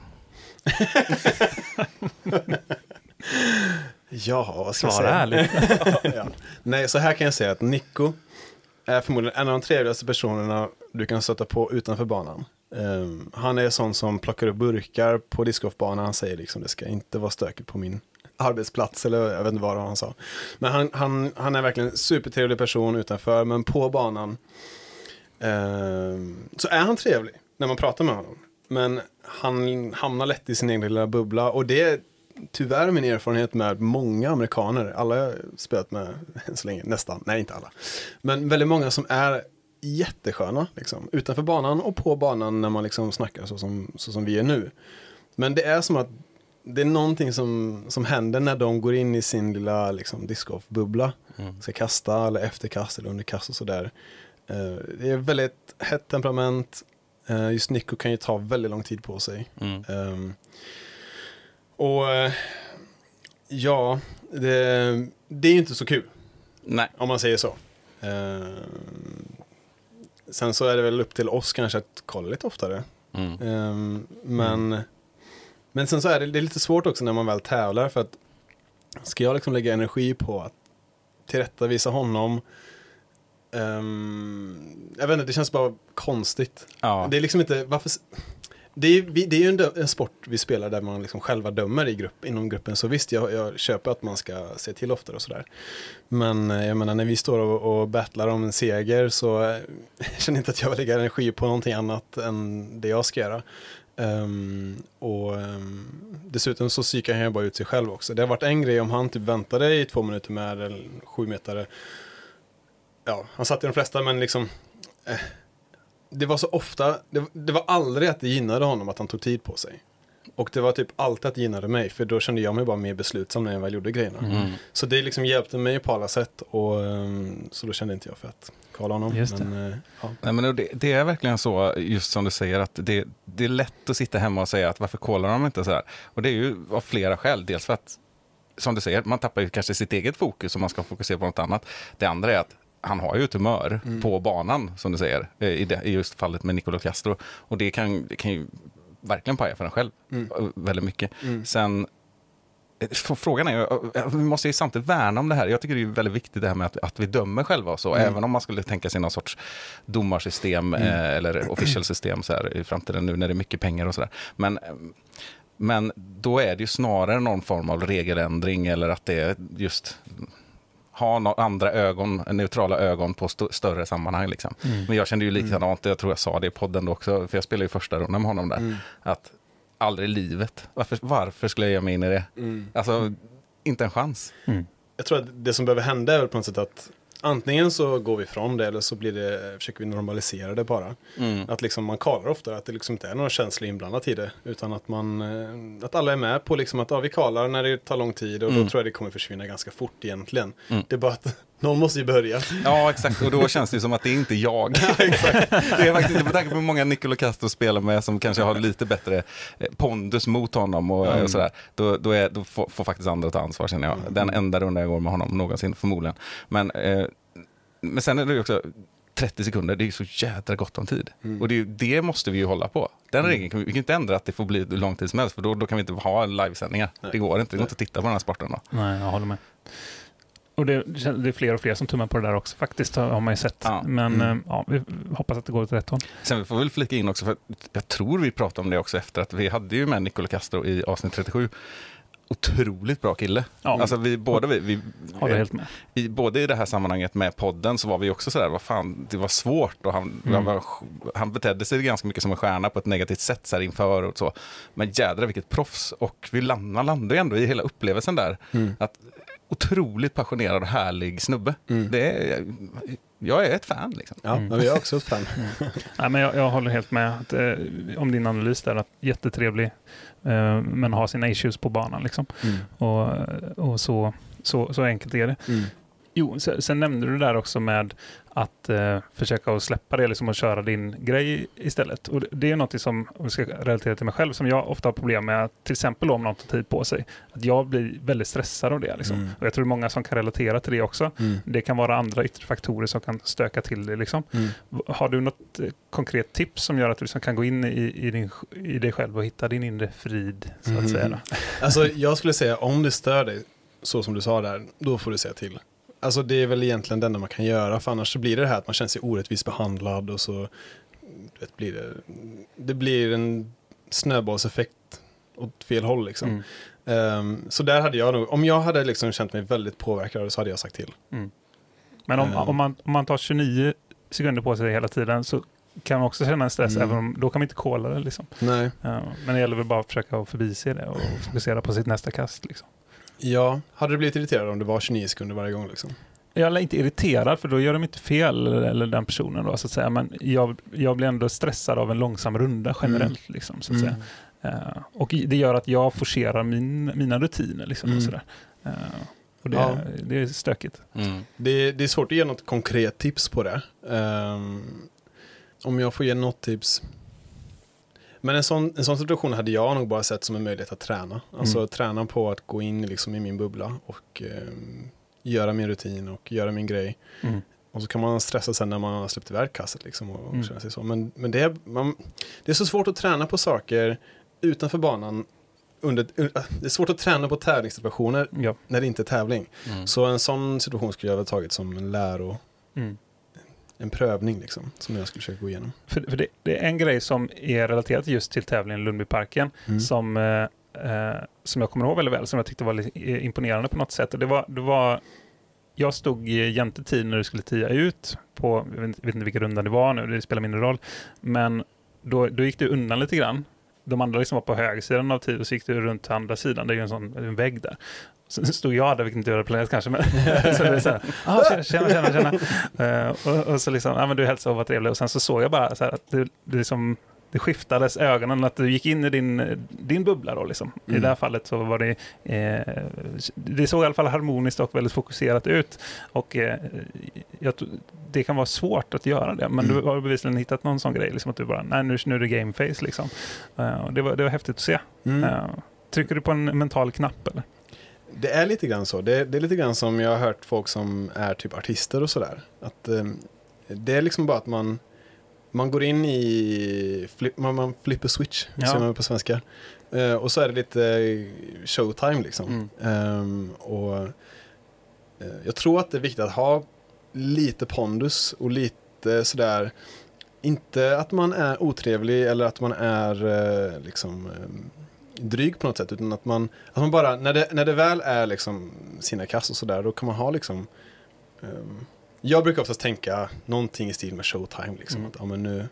Ja, vad ska jag Svara säga? ärligt. ja. Nej, så här kan jag säga att Nico är förmodligen en av de trevligaste personerna du kan stöta på utanför banan. Um, han är sån som plockar upp burkar på discgolfbanan. Han säger liksom det ska inte vara stökigt på min arbetsplats, eller jag vet inte vad han sa. Men han, han, han är verkligen en supertrevlig person utanför, men på banan um, så är han trevlig när man pratar med honom. Men han hamnar lätt i sin egen lilla bubbla, och det är tyvärr min erfarenhet med många amerikaner. Alla jag har spelat med än så länge, nästan, nej inte alla. Men väldigt många som är jättesköna liksom, utanför banan och på banan när man liksom snackar så som, så som vi är nu. Men det är som att det är någonting som, som händer när de går in i sin lilla liksom, discgolfbubbla. Mm. Ska kasta eller efterkast eller underkast och sådär. Uh, det är väldigt hett temperament. Uh, just Nico kan ju ta väldigt lång tid på sig. Mm. Um, och uh, ja, det, det är ju inte så kul. Nej. Om man säger så. Uh, sen så är det väl upp till oss kanske att kolla lite oftare. Mm. Um, men, mm. men sen så är det, det är lite svårt också när man väl tävlar. För att ska jag liksom lägga energi på att tillrättavisa honom. Um, jag vet inte, det känns bara konstigt. Ja. Det är liksom inte, varför... Det är, vi, det är ju en, dö- en sport vi spelar där man liksom själva dömer i grupp, inom gruppen. Så visst, jag, jag köper att man ska se till oftare och sådär. Men jag menar, när vi står och, och battlar om en seger så eh, jag känner inte att jag vill lägga energi på någonting annat än det jag ska göra. Um, och um, dessutom så psykar han ju bara ut sig själv också. Det har varit en grej om han typ väntade i två minuter med eller sju meter. Ja, han satt i de flesta, men liksom... Eh, det var så ofta, det, det var aldrig att det gynnade honom att han tog tid på sig. Och det var typ alltid att det gynnade mig, för då kände jag mig bara mer beslutsam när jag väl gjorde grejerna. Mm. Så det liksom hjälpte mig på alla sätt, och um, så då kände inte jag för att kalla honom. Just det. Men, uh, ja. Nej, men det, det är verkligen så, just som du säger, att det, det är lätt att sitta hemma och säga att varför kollar de inte så här? Och det är ju av flera skäl. Dels för att, som du säger, man tappar ju kanske sitt eget fokus om man ska fokusera på något annat. Det andra är att han har ju ett humör mm. på banan, som du säger, i, det, i just fallet med Nicolò Castro. Och det kan, det kan ju verkligen paja för en själv mm. väldigt mycket. Mm. Sen, frågan är ju, vi måste ju samtidigt värna om det här. Jag tycker det är väldigt viktigt det här med att, att vi dömer själva och så. Mm. Även om man skulle tänka sig någon sorts domarsystem mm. eh, eller official system så här, i framtiden nu när det är mycket pengar och sådär. Men... Men då är det ju snarare någon form av regeländring, eller att det är just ha no- andra ögon, neutrala ögon på st- större sammanhang liksom. Mm. Men jag kände ju likadant, jag tror jag sa det i podden då också, för jag spelade ju första rundan med honom där, mm. att aldrig i livet, varför, varför skulle jag ge mig in i det? Mm. Alltså, inte en chans. Mm. Jag tror att det som behöver hända är väl på något sätt att antingen så går vi ifrån det, eller så blir det, försöker vi normalisera det bara. Mm. Att liksom man kallar ofta att det liksom inte är några känslor inblandat i det, utan att man att alla är med på liksom att ja, vi kallar när det tar lång tid, och mm. då tror jag det kommer försvinna ganska fort egentligen. Mm. Det är bara att någon måste ju börja. Ja, exakt. Och då känns det som att det är inte jag. Exakt. Det är faktiskt inte, med tanke på hur många Nicolò Castro spelar med som kanske har lite bättre pondus mot honom och, mm. och sådär. Då, då, är, då får, får faktiskt andra ta ansvar, känner jag. Den enda runda jag går med honom någonsin, förmodligen. Men, eh, men sen är det ju också trettio sekunder, det är ju så jädra gott om tid. Mm. Och det, det måste vi ju hålla på. Den mm. regeln kan vi, vi kan inte ändra att det får bli hur lång tid som helst, för då, då kan vi inte ha livesändningar. Nej. Det går inte, det går inte att titta på den här sporten då. Nej, jag håller med. Och det, det är fler och fler som tummar på det där också faktiskt, har man ju sett. Ja. Men mm. ja, vi hoppas att det går åt rätt håll. Sen vi får väl flika in också, för jag tror vi pratade om det också efter att vi hade ju med Nicolò Castro i avsnitt trettiosju. Otroligt bra kille. Ja. Alltså vi, båda vi, vi håller helt med. I, både i det här sammanhanget med podden så var vi också sådär, vad fan, det var svårt, och han, mm. han, var, han betedde sig ganska mycket som en stjärna på ett negativt sätt så här inför och så. Men jädra vilket proffs, och vi landade, landade ändå i hela upplevelsen där. Mm. Att otroligt passionerad och härlig snubbe. Mm. Det är, jag är ett fan liksom. Ja, mm. men vi är också ett fan. Mm. Nej, men jag, jag håller helt med att, eh, om din analys där, att jättetrevlig eh, men har sina issues på banan liksom. Mm. Och, och så, så, så enkelt är det. Mm. Jo, sen, sen nämnde du där också med att eh, försöka att släppa det liksom, och köra din grej istället. Och det, det är något som, om vi ska relatera till mig själv, som jag ofta har problem med, till exempel om någon tar tid på sig. Att jag blir väldigt stressad av det. Liksom. Mm. Och jag tror många som kan relatera till det också. Mm. Det kan vara andra yttre faktorer som kan stöka till det. Liksom. Mm. Har du något eh, konkret tips som gör att du liksom kan gå in i, i, din, i dig själv och hitta din inre frid, så att mm. säga? Då? Alltså, jag skulle säga, om det stör dig, så som du sa där, då får du säga till. Alltså det är väl egentligen det enda man kan göra, för annars så blir det här att man känner sig orättvist behandlad, och så du vet, blir det, det blir en snöbollseffekt åt fel håll liksom. Mm. Um, så där hade jag nog, om jag hade liksom känt mig väldigt påverkad, så hade jag sagt till. Mm. Men om, um. om, man, om man tar tjugonio sekunder på sig hela tiden, så kan man också känna en stress, mm. även om då kan man inte kolla det liksom. Nej. Uh, men det gäller väl bara att försöka förbi sig det och fokusera på sitt nästa kast liksom. Ja, hade du blivit irriterad om det var tjugonio sekunder varje gång liksom? Jag är inte irriterad, för då gör de inte fel, eller, eller den personen då, så att säga. Men jag, jag blir ändå stressad av en långsam runda generellt mm. liksom, så att mm. säga. Uh, och det gör att jag forcerar min, mina rutiner. Liksom, Mm. och sådär. Uh, och det, Ja. det är stökigt. Mm. Det, det är svårt att ge något konkret tips på det. Um, om jag får ge något tips. Men en sån, en sån situation hade jag nog bara sett som en möjlighet att träna. Alltså Mm. träna på att gå in liksom i min bubbla och um, göra min rutin och göra min grej. Mm. Och så kan man stressa sen när man har släppt iväg kasset liksom och, och Mm. känna sig så. Men, men det, är, man, det är så svårt att träna på saker utanför banan. Under, det är svårt att träna på tävlingssituationer Ja. när det inte är tävling. Mm. Så en sån situation skulle jag ha tagit som en läro, Mm. en prövning liksom, som jag skulle försöka gå igenom. För, för det, det är en grej som är relaterat just till tävlingen i Lundbyparken Mm. som, eh, eh, som jag kommer ihåg väldigt väl, som jag tyckte var lite imponerande på något sätt. Och det var, det var, jag stod jämte tid när du skulle tia ut på, jag vet, inte- vet inte vilka runda det var nu, det spelar mindre roll. Men då, då gick du undan lite grann. De andra liksom var på högersidan av tid och så gick du runt till andra sidan. Det är ju en sån en vägg där. Så stod jag där, vilket inte jag hade planerat kanske. Men så det är så här, ah, tjena, tjena, tjena. tjena. Uh, och, och så liksom, ja men du hälsade och var trevlig. Och sen så såg jag bara så här att det, det liksom, det skiftades ögonen, att du gick in i din, din bubbla då liksom. Mm. I det här fallet så var det, eh, det såg i alla fall harmoniskt och väldigt fokuserat ut. Och eh, jag, tror- det kan vara svårt att göra det, men Mm. du har bevisligen hittat någon sån grej, liksom att du bara, nej nu, nu är det gameface liksom. Uh, och det, var, det var häftigt att se. Mm. Uh, trycker du på en mental knapp eller? Det är lite grann så. Det, det är lite grann som jag har hört folk som är typ artister och sådär. Att eh, det är liksom bara att man man går in i flip, man, man flipper switch, Ja. säger man på svenska. Eh, och så är det lite showtime liksom. Mm. Ehm, och eh, jag tror att det är viktigt att ha lite pondus och lite sådär, inte att man är otrevlig eller att man är eh, liksom eh, dryg på något sätt, utan att man, att man bara, när det, när det väl är liksom sina kast och sådär, då kan man ha liksom ehm, jag brukar oftast tänka någonting i stil med showtime liksom, Mm. att ja men nu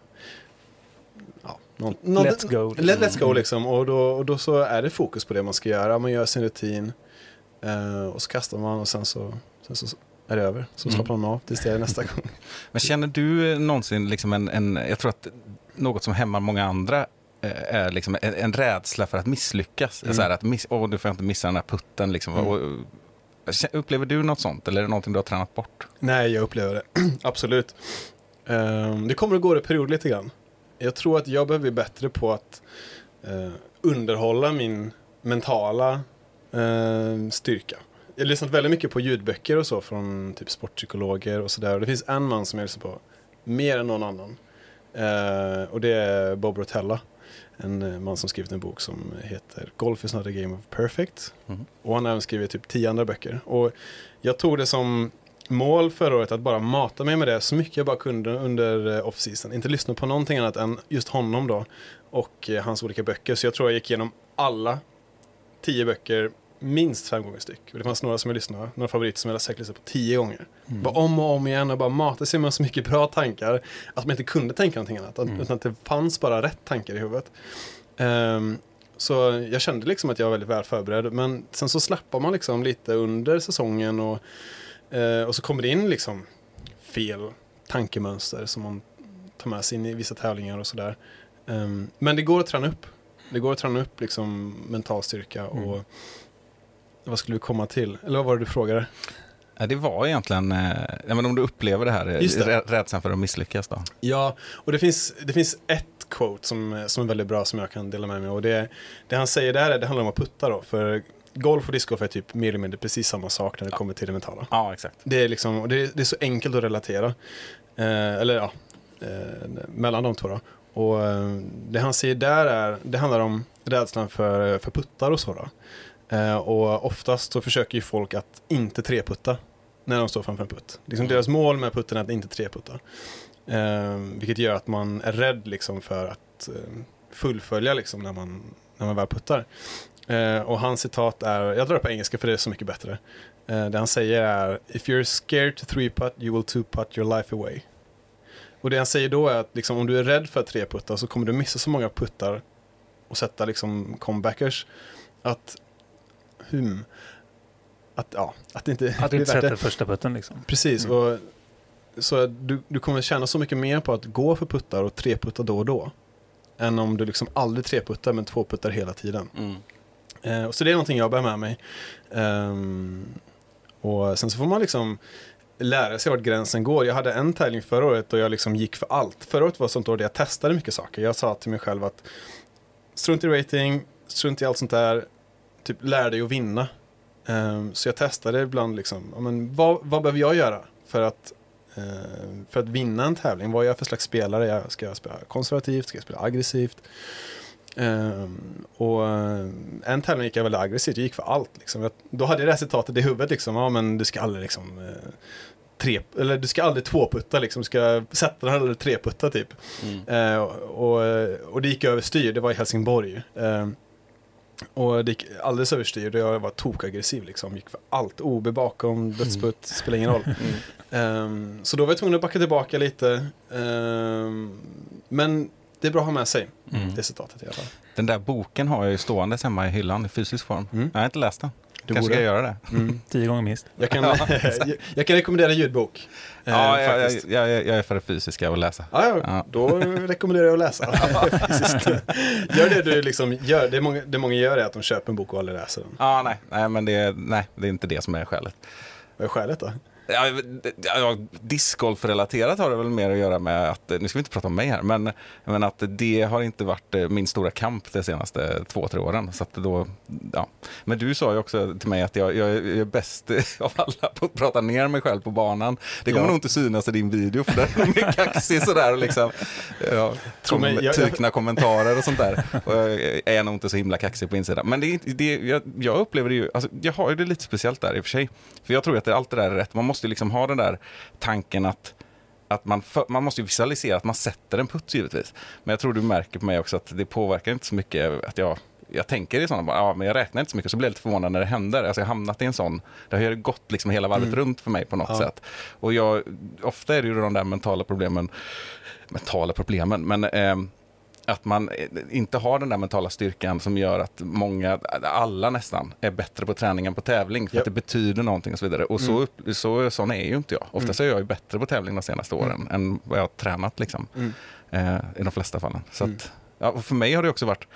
ja, någon, någon, Let's go. let, let's go liksom, och då, och då så är det fokus på det man ska göra, man gör sin rutin eh, och så kastar man och sen så, sen så är det över, så Mm. slappnar man av tills det är nästa gång. Men känner du någonsin liksom en, en, jag tror att något som hämmar många andra eh, är liksom en, en rädsla för att misslyckas. Mm. Så här att miss, åh, du får inte missa den här putten. Liksom. Mm. Och, kä- upplever du något sånt eller är det någonting du har tränat bort? Nej, jag upplever det. Absolut. Ehm, det kommer att gå i period lite grann. Jag tror att jag behöver bli bättre på att eh, underhålla min mentala eh, styrka. Jag har lyssnat väldigt mycket på ljudböcker och så från typ sportpsykologer och sådär. Och det finns en man som jag lyssnar på mer än någon annan. Eh, och det är Bob Rotella. En eh, man som skrivit en bok som heter Golf is not a game of perfect. Mm. Och han har även skrivit typ tio andra böcker. Och jag tog det som mål förra året att bara mata mig med det så mycket jag bara kunde under eh, off-season. Inte lyssna på någonting annat än just honom då. Och eh, hans olika böcker. Så jag tror jag gick igenom alla tio böcker minst fem gånger styck. Och det fanns några som jag lyssnade, några favoriter som jag säkert lyssnade på tio gånger. Mm. Bara om och om igen och bara matade sig med så mycket bra tankar att man inte kunde tänka någonting annat. Mm. Utan att det fanns bara rätt tankar i huvudet. Ehm, så jag kände liksom att jag var väldigt väl förberedd. Men sen så slappar man liksom lite under säsongen och, eh, och så kommer det in liksom fel tankemönster som man tar med sig in i vissa tävlingar och sådär. Ehm, men det går att träna upp. Det går att träna upp liksom mental styrka och Mm. vad skulle vi komma till? Eller vad var det du frågade? Ja, det var egentligen, eh, ja, men om du upplever det här, eh, Just det. rä- rädslan för att misslyckas då. Ja, och det finns, det finns ett quote som, som är väldigt bra som jag kan dela med mig av. Och det, det han säger där är, det handlar om att putta då. För golf och discgolf är typ mer eller mindre precis samma sak när det kommer till det mentala. Ja, exakt. Det är liksom, och det, det är så enkelt att relatera. Eh, eller ja, eh, mellan de två då. Och eh, det han säger där är, det handlar om rädslan för, för puttar och så då. Eh, och oftast så försöker ju folk att inte treputta när de står framför en putt. Liksom deras mål med putten är att inte treputta. Eh, vilket gör att man är rädd liksom för att eh, fullfölja liksom när man, när man väl puttar. Eh, och hans citat är, jag drar det på engelska för det är så mycket bättre. Eh, det han säger är, if you're scared to three putt, you will two putt your life away. Och det han säger då är att liksom, om du är rädd för att treputta så kommer du missa så många puttar och sätta liksom comebackers att hmm, att ja, att det inte Att du blir inte värt det. sätter första putten liksom. Precis, Mm. och så du, du kommer tjäna så mycket mer på att gå för puttar och treputta då och då än om du liksom aldrig treputtar men tvåputtar hela tiden. Mm. Eh, och så det är någonting jag bär med mig. Um, och sen så får man liksom lära sig vart gränsen går. Jag hade en tävling förra året och jag liksom gick för allt. Förra året var sånt år där jag testade mycket saker. Jag sa till mig själv att strunt i rating, strunt i allt sånt där, typ lär dig att vinna. Um, så jag testade ibland liksom, ja, men vad, vad behöver jag göra för att uh, för att vinna en tävling? Vad är jag för slags spelare? Jag, ska jag spela konservativt? Ska jag spela aggressivt? Um, och uh, en tävling gick jag väldigt aggressivt. Jag gick för allt liksom. Jag, då hade jag resultatet i huvudet liksom. Ja, men du ska aldrig liksom uh, tre, eller du ska aldrig tvåputta liksom. Du ska sätta den eller treputta typ. Mm. Uh, och, och det gick över styr. Det var i Helsingborg. Uh, och det gick alldeles överstyr. Jag var tokaggressiv liksom. Gick för allt. O B bakom, dödsputt, mm. spelar ingen roll. Mm. Um, så då var jag tvungen att backa tillbaka lite. Um, men det är bra att ha med sig. Mm. Det citatet i alla fall. Den där boken har jag ju stående hemma i hyllan i fysisk form. Mm. Jag har inte läst den. Du kanske borde. ska jag göra det. Mm. Tio gånger minst. Jag kan, jag, jag kan rekommendera ljudbok. Ja, eh, jag, jag, jag, jag är för det fysiska att läsa. Ja, ja, ja. Då rekommenderar jag att läsa. Gör det du liksom gör. Det många, det många gör är att de köper en bok och aldrig läser den. Ja, nej, nej men det, nej, det är inte det som är skälet. Vad är skälet då? Ja, ja, discgolf-relaterat har det väl mer att göra med att, nu ska vi inte prata om mig här, men, men att det har inte varit min stora kamp de senaste två, tre åren. Så att då, ja. Men du sa ju också till mig att jag, jag är bäst av alla på att prata ner mig själv på banan. Det kommer ja. nog inte synas i din video, för där är mer kaxig sådär och liksom, ja, tom, mig, jag, tykna jag... kommentarer och sånt där. Och jag är nog inte så himla kaxig på insidan. Men det, det, jag, jag upplever det ju, alltså, jag har ju det lite speciellt där i och för sig. För jag tror att det, allt det där är rätt. Man måste liksom ha den där tanken att, att man, för, man måste visualisera att man sätter en putt givetvis. Men jag tror du märker på mig också att det påverkar inte så mycket att jag, jag tänker i sådana, ja, men jag räknar inte så mycket, så blir jag lite förvånad när det händer. Alltså jag har hamnat i en sån, det har ju gått liksom hela varvet mm. runt för mig på något ja. sätt. Och jag, ofta är det ju de där mentala problemen, mentala problemen, men eh, att man inte har den där mentala styrkan som gör att många, alla nästan, är bättre på träningen på tävling för yep. att det betyder någonting och så vidare. Och så, mm. så, sån är ju inte jag. Oftast mm. är jag ju bättre på tävling de senaste åren mm. än vad jag har tränat liksom, mm. eh, i de flesta fallen. Så mm. att, ja, för mig har det också varit,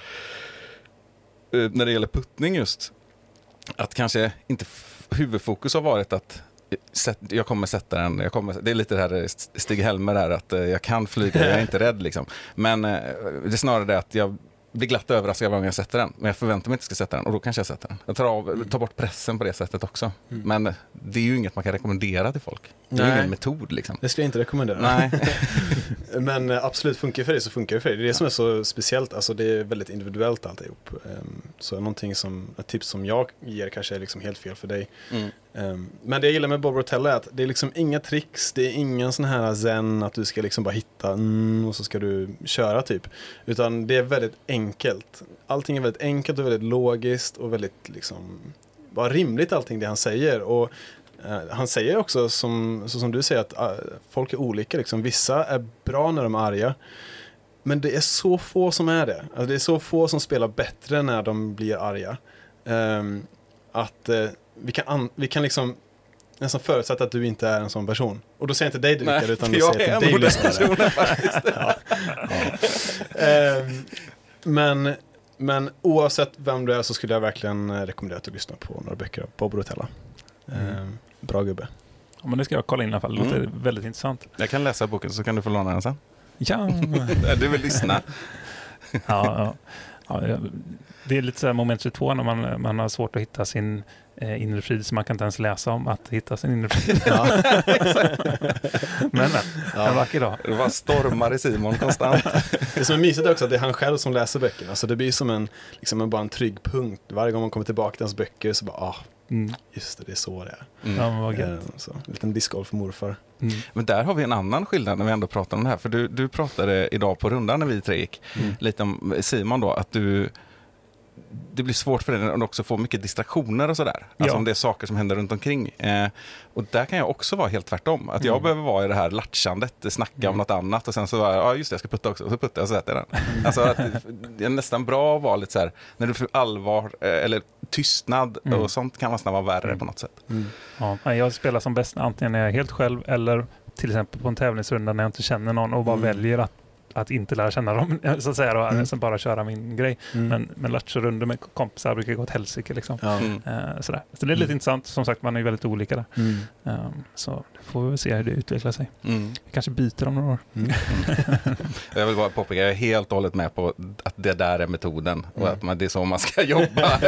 eh, när det gäller puttning just, att kanske inte f- huvudfokus har varit att jag kommer sätta den, jag kommer, det är lite det här Stig Helmer där, att jag kan flyga, jag är inte rädd liksom. Men det är snarare det att jag blir glatt överraskad varje gång jag sätter den, men jag förväntar mig inte att jag ska sätta den, och då kanske jag sätter den. Jag tar, av, tar bort pressen på det sättet också. Mm. Men det är ju inget man kan rekommendera till folk. Det är ju ingen metod liksom. Det skulle jag inte rekommendera. Nej. Men absolut, funkar för dig så funkar det för dig. Det är det ja. som är så speciellt, alltså det är väldigt individuellt alltihop. Så någonting som, ett tips som jag ger kanske är liksom helt fel för dig. Mm. Men det jag gillar med Bob Rotella är att det är liksom inga tricks, det är ingen sån här zen att du ska liksom bara hitta mm, och så ska du köra typ. Utan det är väldigt enkelt. Allting är väldigt enkelt och väldigt logiskt och väldigt liksom bara rimligt allting det han säger. Och uh, han säger också som, så som du säger att uh, folk är olika liksom. Vissa är bra när de är arga. Men det är så få som är det. Alltså det är så få som spelar bättre när de blir arga. Um, att uh, vi kan, an- vi kan liksom nästan förutsätta att du inte är en sån person. Och då säger jag inte dig Rickard, utan då säger jag till dig lyssnare. ja. ja. um, men, men oavsett vem du är så skulle jag verkligen rekommendera att du lyssnar på några böcker av Bob Rotella. Mm. Um, bra gubbe. Ja, men det ska jag kolla in i alla fall. Det låter mm. väldigt intressant. Jag kan läsa boken så kan du få låna den sen. Ja. Du vill lyssna. ja, ja. Ja, det är lite så här moment tjugotvå när man, man har svårt att hitta sin eh, inre frid, så man kan inte ens läsa om att hitta sin inre frid. Ja. men men, ja. en vacker dag. Det var stormar i Simon konstant. Det som är mysigt är också att det är han själv som läser böckerna, så det blir som en, liksom en, bara en trygg punkt. Varje gång man kommer tillbaka till hans böcker så bara, ah, mm. just det, det är så det är. Mm. Ja, men vad gött. Så, en liten discgolf för morfar. Mm. Men där har vi en annan skillnad när vi ändå pratar om det här. För du, du pratade idag på rundan när vi tre gick mm. lite om Simon då, att du det blir svårt för dig att också få mycket distraktioner och sådär. Alltså ja. om det är saker som händer runt omkring. Eh, och där kan jag också vara helt tvärtom. Att jag mm. behöver vara i det här latchandet, snacka mm. om något annat och sen så, ja just det, jag ska putta också. Och så puttar jag och så sätter jag den. Mm. Alltså att det är nästan bra att vara lite så här, när du får allvar eller tystnad mm. och sånt kan nästan vara värre mm. på något sätt. Mm. Ja, jag spelar som bäst antingen när jag är helt själv eller till exempel på en tävlingsrunda när jag inte känner någon och bara mm. väljer att att inte lära känna dem så att säga då, Mm. som bara köra min grej. Mm. Men, men latchrunder med kompisar brukar gå åt helsike liksom. Ja. Mm. Eh, sådär. Så det är lite Mm. intressant. Som sagt, man är ju väldigt olika där. Mm. Um, så får vi väl se hur det utvecklar sig. Mm. Vi kanske byter om några år. Mm. Jag vill bara påpeka, jag är helt och hållet med på att det där är metoden och Mm. att man, det är så man ska jobba.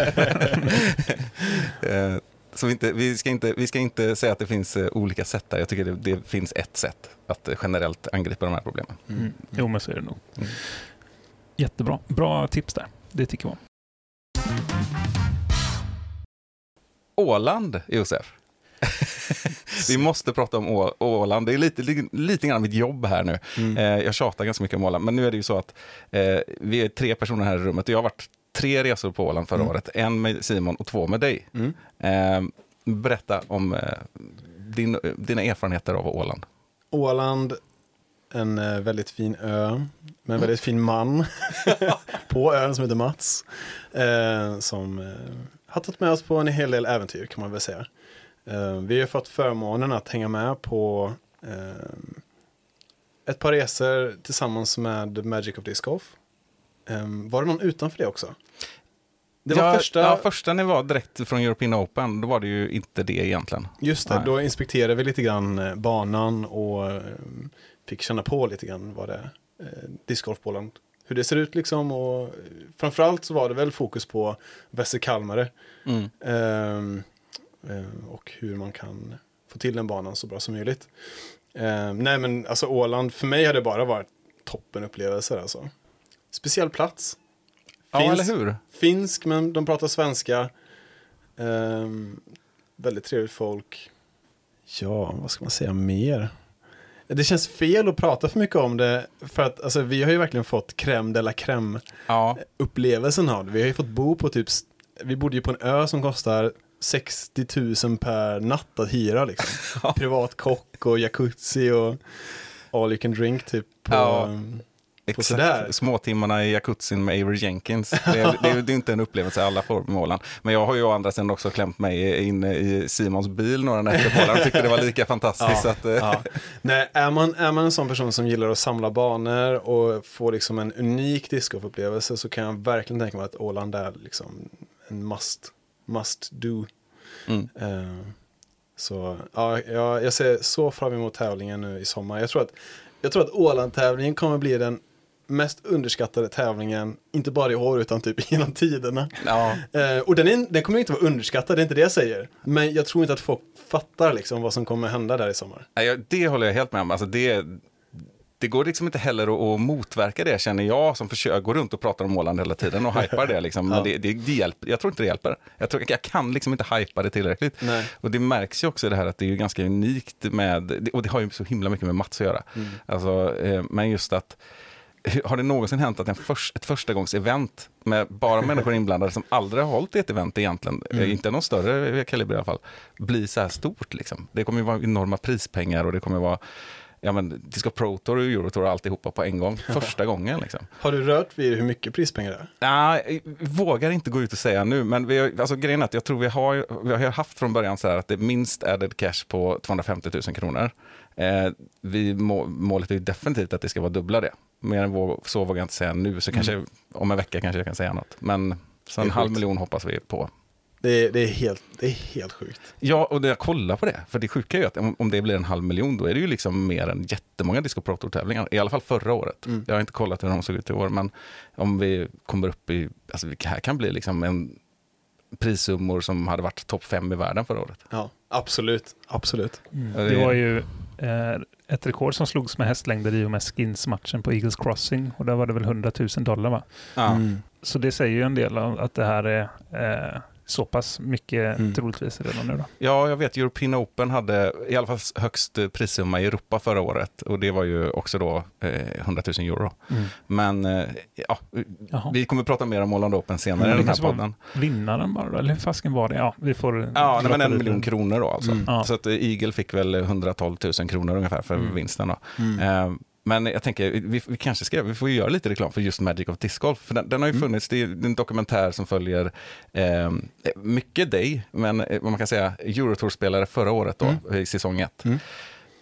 Eh, så vi, inte, vi, ska inte, vi ska inte säga att det finns eh, olika sätt där. Jag tycker det, det finns ett sätt att eh, generellt angripa de här problemen. Mm. Mm. Jo, men så är det nog. Mm. Jättebra. Bra tips där. Det tycker jag om. Åland, Josef. Vi måste prata om Å- Åland. Det är lite, lite, lite grann mitt jobb här nu. Mm. Eh, jag tjatar ganska mycket om Åland, men nu är det ju så att eh, vi är tre personer här i rummet och jag har varit tre resor på Åland förra Mm. året. En med Simon och två med dig. Mm. Eh, berätta om eh, din, dina erfarenheter av Åland. Åland, en eh, väldigt fin ö med en väldigt fin man på ön som heter Mats. Eh, som eh, har tagit med oss på en hel del äventyr kan man väl säga. Eh, vi har fått förmånen att hänga med på eh, ett par resor tillsammans med Magic of Disc Golf. Eh, var det någon utanför det också? Det var ja, första... ja, första ni var direkt från European Open, då var det ju inte det egentligen. Just det, Nej. då inspekterade vi lite grann eh, banan och eh, fick känna på lite grann vad det är, eh, discgolf på Åland. Hur det ser ut liksom och eh, framförallt så var det väl fokus på Västerkalmare Mm. eh, eh, och hur man kan få till den banan så bra som möjligt. Eh, nej men alltså Åland, för mig har det bara varit toppenupplevelser alltså. Speciell plats. Ja, Finns- eller hur? Finsk, men de pratar svenska. Ehm, väldigt trevligt folk. Ja, vad ska man säga mer? Det känns fel att prata för mycket om det. För att alltså, vi har ju verkligen fått crème de la crème Ja, upplevelsen av det. Vi har ju fått bo på typ, vi bodde ju på en ö som kostar sextio tusen per natt att hyra liksom. Privat kock och jacuzzi och all you can drink typ på, Ja. på sådär. exakt. Småtimmarna i jacuzzin med Avery Jenkins. Det är, det, är, det är inte en upplevelse alla får med Åland. Men jag har ju å andra sidan också klämt mig in i Simons bil några nätter på Åland och tyckte det var lika fantastiskt. Ja, att, eh, ja. Nej, är man, är man en sån person som gillar att samla banor och få liksom en unik discgolfupplevelse så kan jag verkligen tänka mig att Åland är liksom en must, must do. mm. Eh, så ja, jag, jag ser så fram emot tävlingen nu i sommar. Jag tror att, jag tror att Åland-tävlingen kommer bli den mest underskattade tävlingen, inte bara i år utan typ genom tiderna. Ja. Eh, och den, är, den kommer inte vara underskattad, det är inte det jag säger. Men jag tror inte att folk fattar liksom vad som kommer hända där i sommar. Nej, jag- det håller jag helt med om. Alltså det, det går liksom inte heller att, att motverka det, känner jag, som försöker gå runt och pratar om Åland hela tiden och hypar det. Liksom. Men Ja. det, det, det hjälper. Jag tror inte det hjälper. Jag, tror, jag kan liksom inte hypa det tillräckligt. Nej. Och det märks ju också i det här att det är ju ganska unikt med, och det har ju så himla mycket med Mats att göra. Mm. Alltså, eh, men just att, har det någonsin hänt att en först, ett förstagångsevent med bara människor inblandade som aldrig har hållit i ett event egentligen, Mm. eh, inte någon större kaliber i alla fall, blir så här stort liksom. Det kommer ju vara enorma prispengar och det kommer vara, ja men, Disc Golf Pro Tour och Eurotour och alltihopa på en gång, första gången liksom. Har du rört vid hur mycket prispengar det är? Nej, jag vågar inte gå ut och säga nu, men vi har, alltså, grejen är att jag tror vi har, vi har haft från början så här att det minst added cash på tvåhundrafemtio tusen kronor. Eh, vi må, målet är ju definitivt att det ska vara dubbla det. Mer än vå, så vågar jag inte säga nu, så kanske om en vecka kanske jag kan säga något. Men så en Det är halv sjukt. miljon hoppas vi på. Det är, det är, helt, det är helt sjukt. Ja, och när jag kollar på det, för det sjuka är ju att om, om det blir en halv miljon, då är det ju liksom mer än jättemånga Disc Golf Pro Tour-tävlingar. I alla fall förra året. Mm. Jag har inte kollat hur de såg ut i år, men om vi kommer upp i, alltså det här kan bli liksom en prissummor som hade varit topp fem i världen förra året. Ja, absolut. Absolut. Mm. Ja, det Det är- var ju eh, ett rekord som slogs med hästlängder i och med Skins-matchen på Eagles Crossing. Och där var det väl hundratusen dollar va? Ja. Mm. Så det säger ju en del om att det här är eh, så pass mycket Mm. troligtvis redan nu då. Ja, jag vet, European Open hade i alla fall högst prissumma i Europa förra året. Och det var ju också då eh, hundratusen euro. Mm. Men eh, ja, Jaha. vi kommer prata mer om Åland Open senare Men i det den här kanske var podden. Vinnaren bara då? Eller hur fasken var det? Ja, vi får... Ja, nej, men droppa en dit miljon den. kronor då alltså. Mm. Ja. Så att eh, Eagle fick väl hundratolv tusen kronor ungefär för Mm. vinsten då. Mm. Eh, men jag tänker, vi, vi kanske ska, vi får ju göra lite reklam för just Magic of Disc Golf. För den, den har ju Mm. funnits, det är en dokumentär som följer eh, mycket dig, men eh, vad man kan säga, Eurotour-spelare förra året då, Mm. i säsong ett. Mm.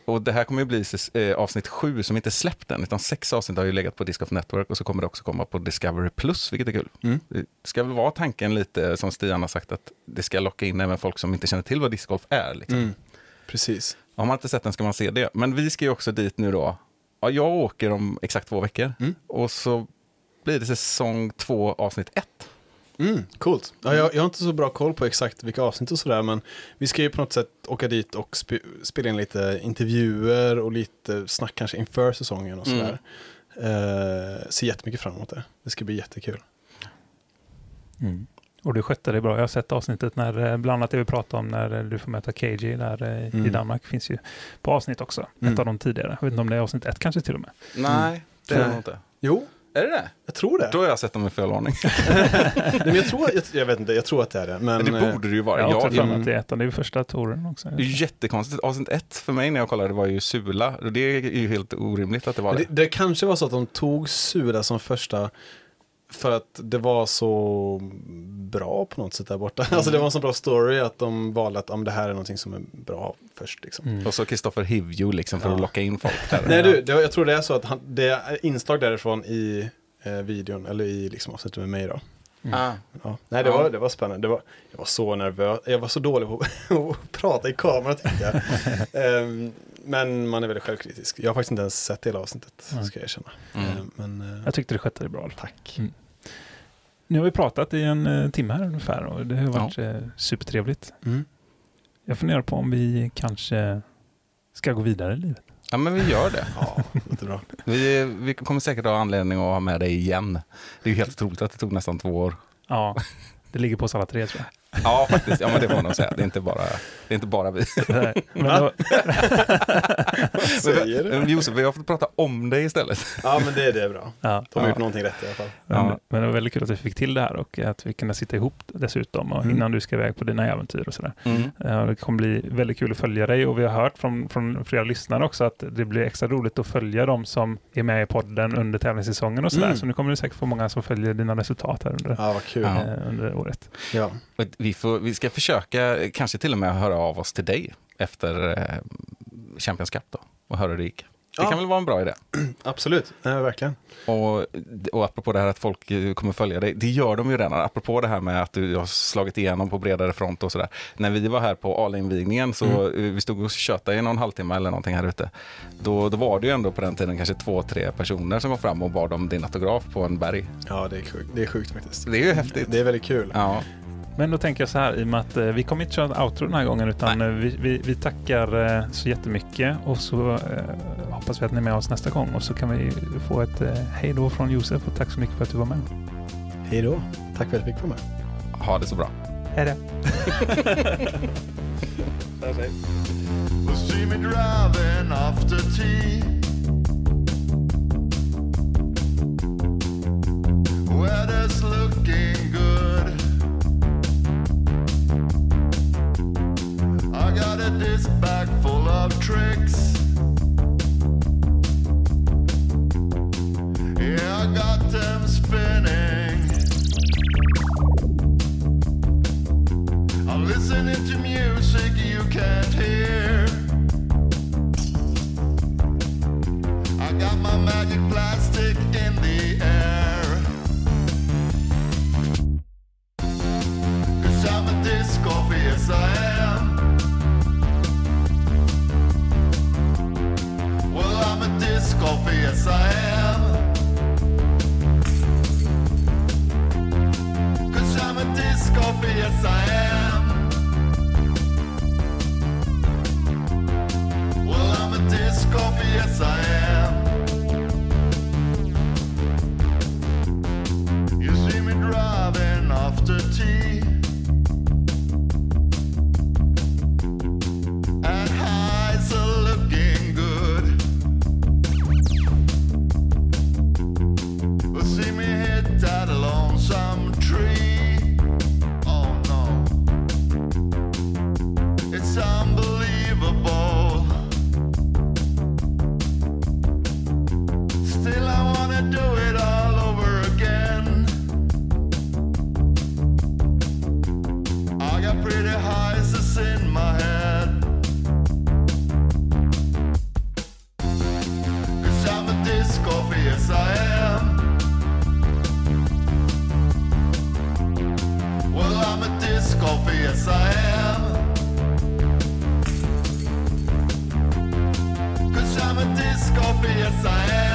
och det här kommer ju bli eh, avsnitt sju som inte släppt än, utan sex avsnitt har ju legat på Disc Golf Network och så kommer det också komma på Discovery Plus, vilket är kul. Mm. Det ska väl vara tanken lite, som Stian har sagt, att det ska locka in även folk som inte känner till vad discgolf är. Liksom. Mm. Precis. Har man inte sett den ska man se det. Men vi ska ju också dit nu då. Ja, jag åker om exakt två veckor. Mm. Och så blir det säsong två, avsnitt ett. Mm, coolt. Ja, jag, jag har inte så bra koll på exakt vilka avsnitt och sådär, men vi ska ju på något sätt åka dit och sp- spela in lite intervjuer och lite snack kanske inför säsongen och sådär. Mm. Uh, ser jättemycket fram emot det. Det ska bli jättekul. Mm. Och du skötte det bra. Jag har sett avsnittet när, bland annat det vi pratade om när du får möta K J där mm. i Danmark. Finns ju på avsnitt också. Mm. Ett av de tidigare. Jag vet inte om det är avsnitt ett kanske till och med. Nej, mm. det är det nog inte. Jo. Är det det? Jag tror det. Då har jag sett dem i fel ordning. Nej, men jag tror, jag, jag vet inte, jag tror att det är det. Men, men det borde det ju vara. Jag har också jag, för mig att det är ettan. Det är ju första touren också. Det är ju jättekonstigt. Avsnitt ett för mig när jag kollade var ju Sula. Det är ju helt orimligt att det var det. Det, det kanske var så att de tog Sula som första för att det var så bra på något sätt där borta. Mm. Alltså det var en så bra story att de valde att om det här är någonting som är bra först. Liksom. Mm. Och så Kristoffer Hivju liksom för ja. att locka in folk. Där. Nej du, det, jag tror det är så att han, det är inslag därifrån i eh, videon eller i liksom avsnittet med mig då. Mm. Ah. Ja. Nej, det, ja. var, det var spännande. Det var, jag var så nervös. Jag var så dålig på att prata i kameran tycker jag. um, men man är väldigt självkritisk. Jag har faktiskt inte ens sett hela avsnittet, mm. ska jag erkänna. Mm. Um, men, uh, jag tyckte det skötte det bra. Tack. Mm. Nu har vi pratat i en uh, timme här ungefär och det har varit ja. uh, supertrevligt. Mm. Jag funderar på om vi kanske ska gå vidare i livet. Ja, men vi gör det. Ja, det är bra. Vi, vi kommer säkert ha anledning att ha med dig igen. Det är ju helt otroligt att det tog nästan två år. Ja, det ligger på oss alla tre tror jag. Ja, faktiskt. Ja, men det får man nog säga. Det är inte bara, det är inte bara vi. Nej, men då... Vad säger du? Men Josef, vi har fått prata om dig istället. Ja, men det är det bra. Ja. De har ja. gjort någonting rätt i alla fall. Men, ja. men det var väldigt kul att vi fick till det här och att vi kunde sitta ihop dessutom och mm. innan du ska iväg på dina äventyr och sådär. Mm. Uh, det kommer bli väldigt kul att följa dig och vi har hört från, från flera lyssnare också att det blir extra roligt att följa dem som är med i podden under tävlingssäsongen och sådär. Mm. Så nu kommer det säkert få många som följer dina resultat här under, ja, vad kul. Uh, under året. Ja. Vi, får, vi ska försöka kanske till och med höra av oss till dig efter eh, Champions Cup då och höra hur det gick. Det ja. kan väl vara en bra idé? Absolut, ja, verkligen. Och, och apropå det här att folk kommer följa dig, det gör de ju redan. Apropå det här med att du har slagit igenom på bredare front och sådär. När vi var här på A-invigningen så mm. vi stod och tjötade i någon halvtimme eller någonting här ute. Då, då var det ju ändå på den tiden kanske två, tre personer som var fram och bad om din autograf på en berg. Ja, det är sjukt, det är sjukt faktiskt. Det är ju häftigt. Det är väldigt kul. Ja. Men då tänker jag så här, i och med att eh, vi kommer inte köra en outro den här gången utan vi, vi, vi tackar eh, så jättemycket och så eh, hoppas vi att ni är med oss nästa gång och så kan vi få ett eh, hej då från Josef och tack så mycket för att du var med. Hej då, tack för att jag fick vara med. Ha det så bra. Hej då. Well, see me driving after tea. Weather's looking good. I got a disc bag full of tricks. Yeah, I got them spinning. I'm listening to music you can't hear. I got my magic plastic in the air. 'Cause I'm a disc golf, yes I am. disc golf, yes I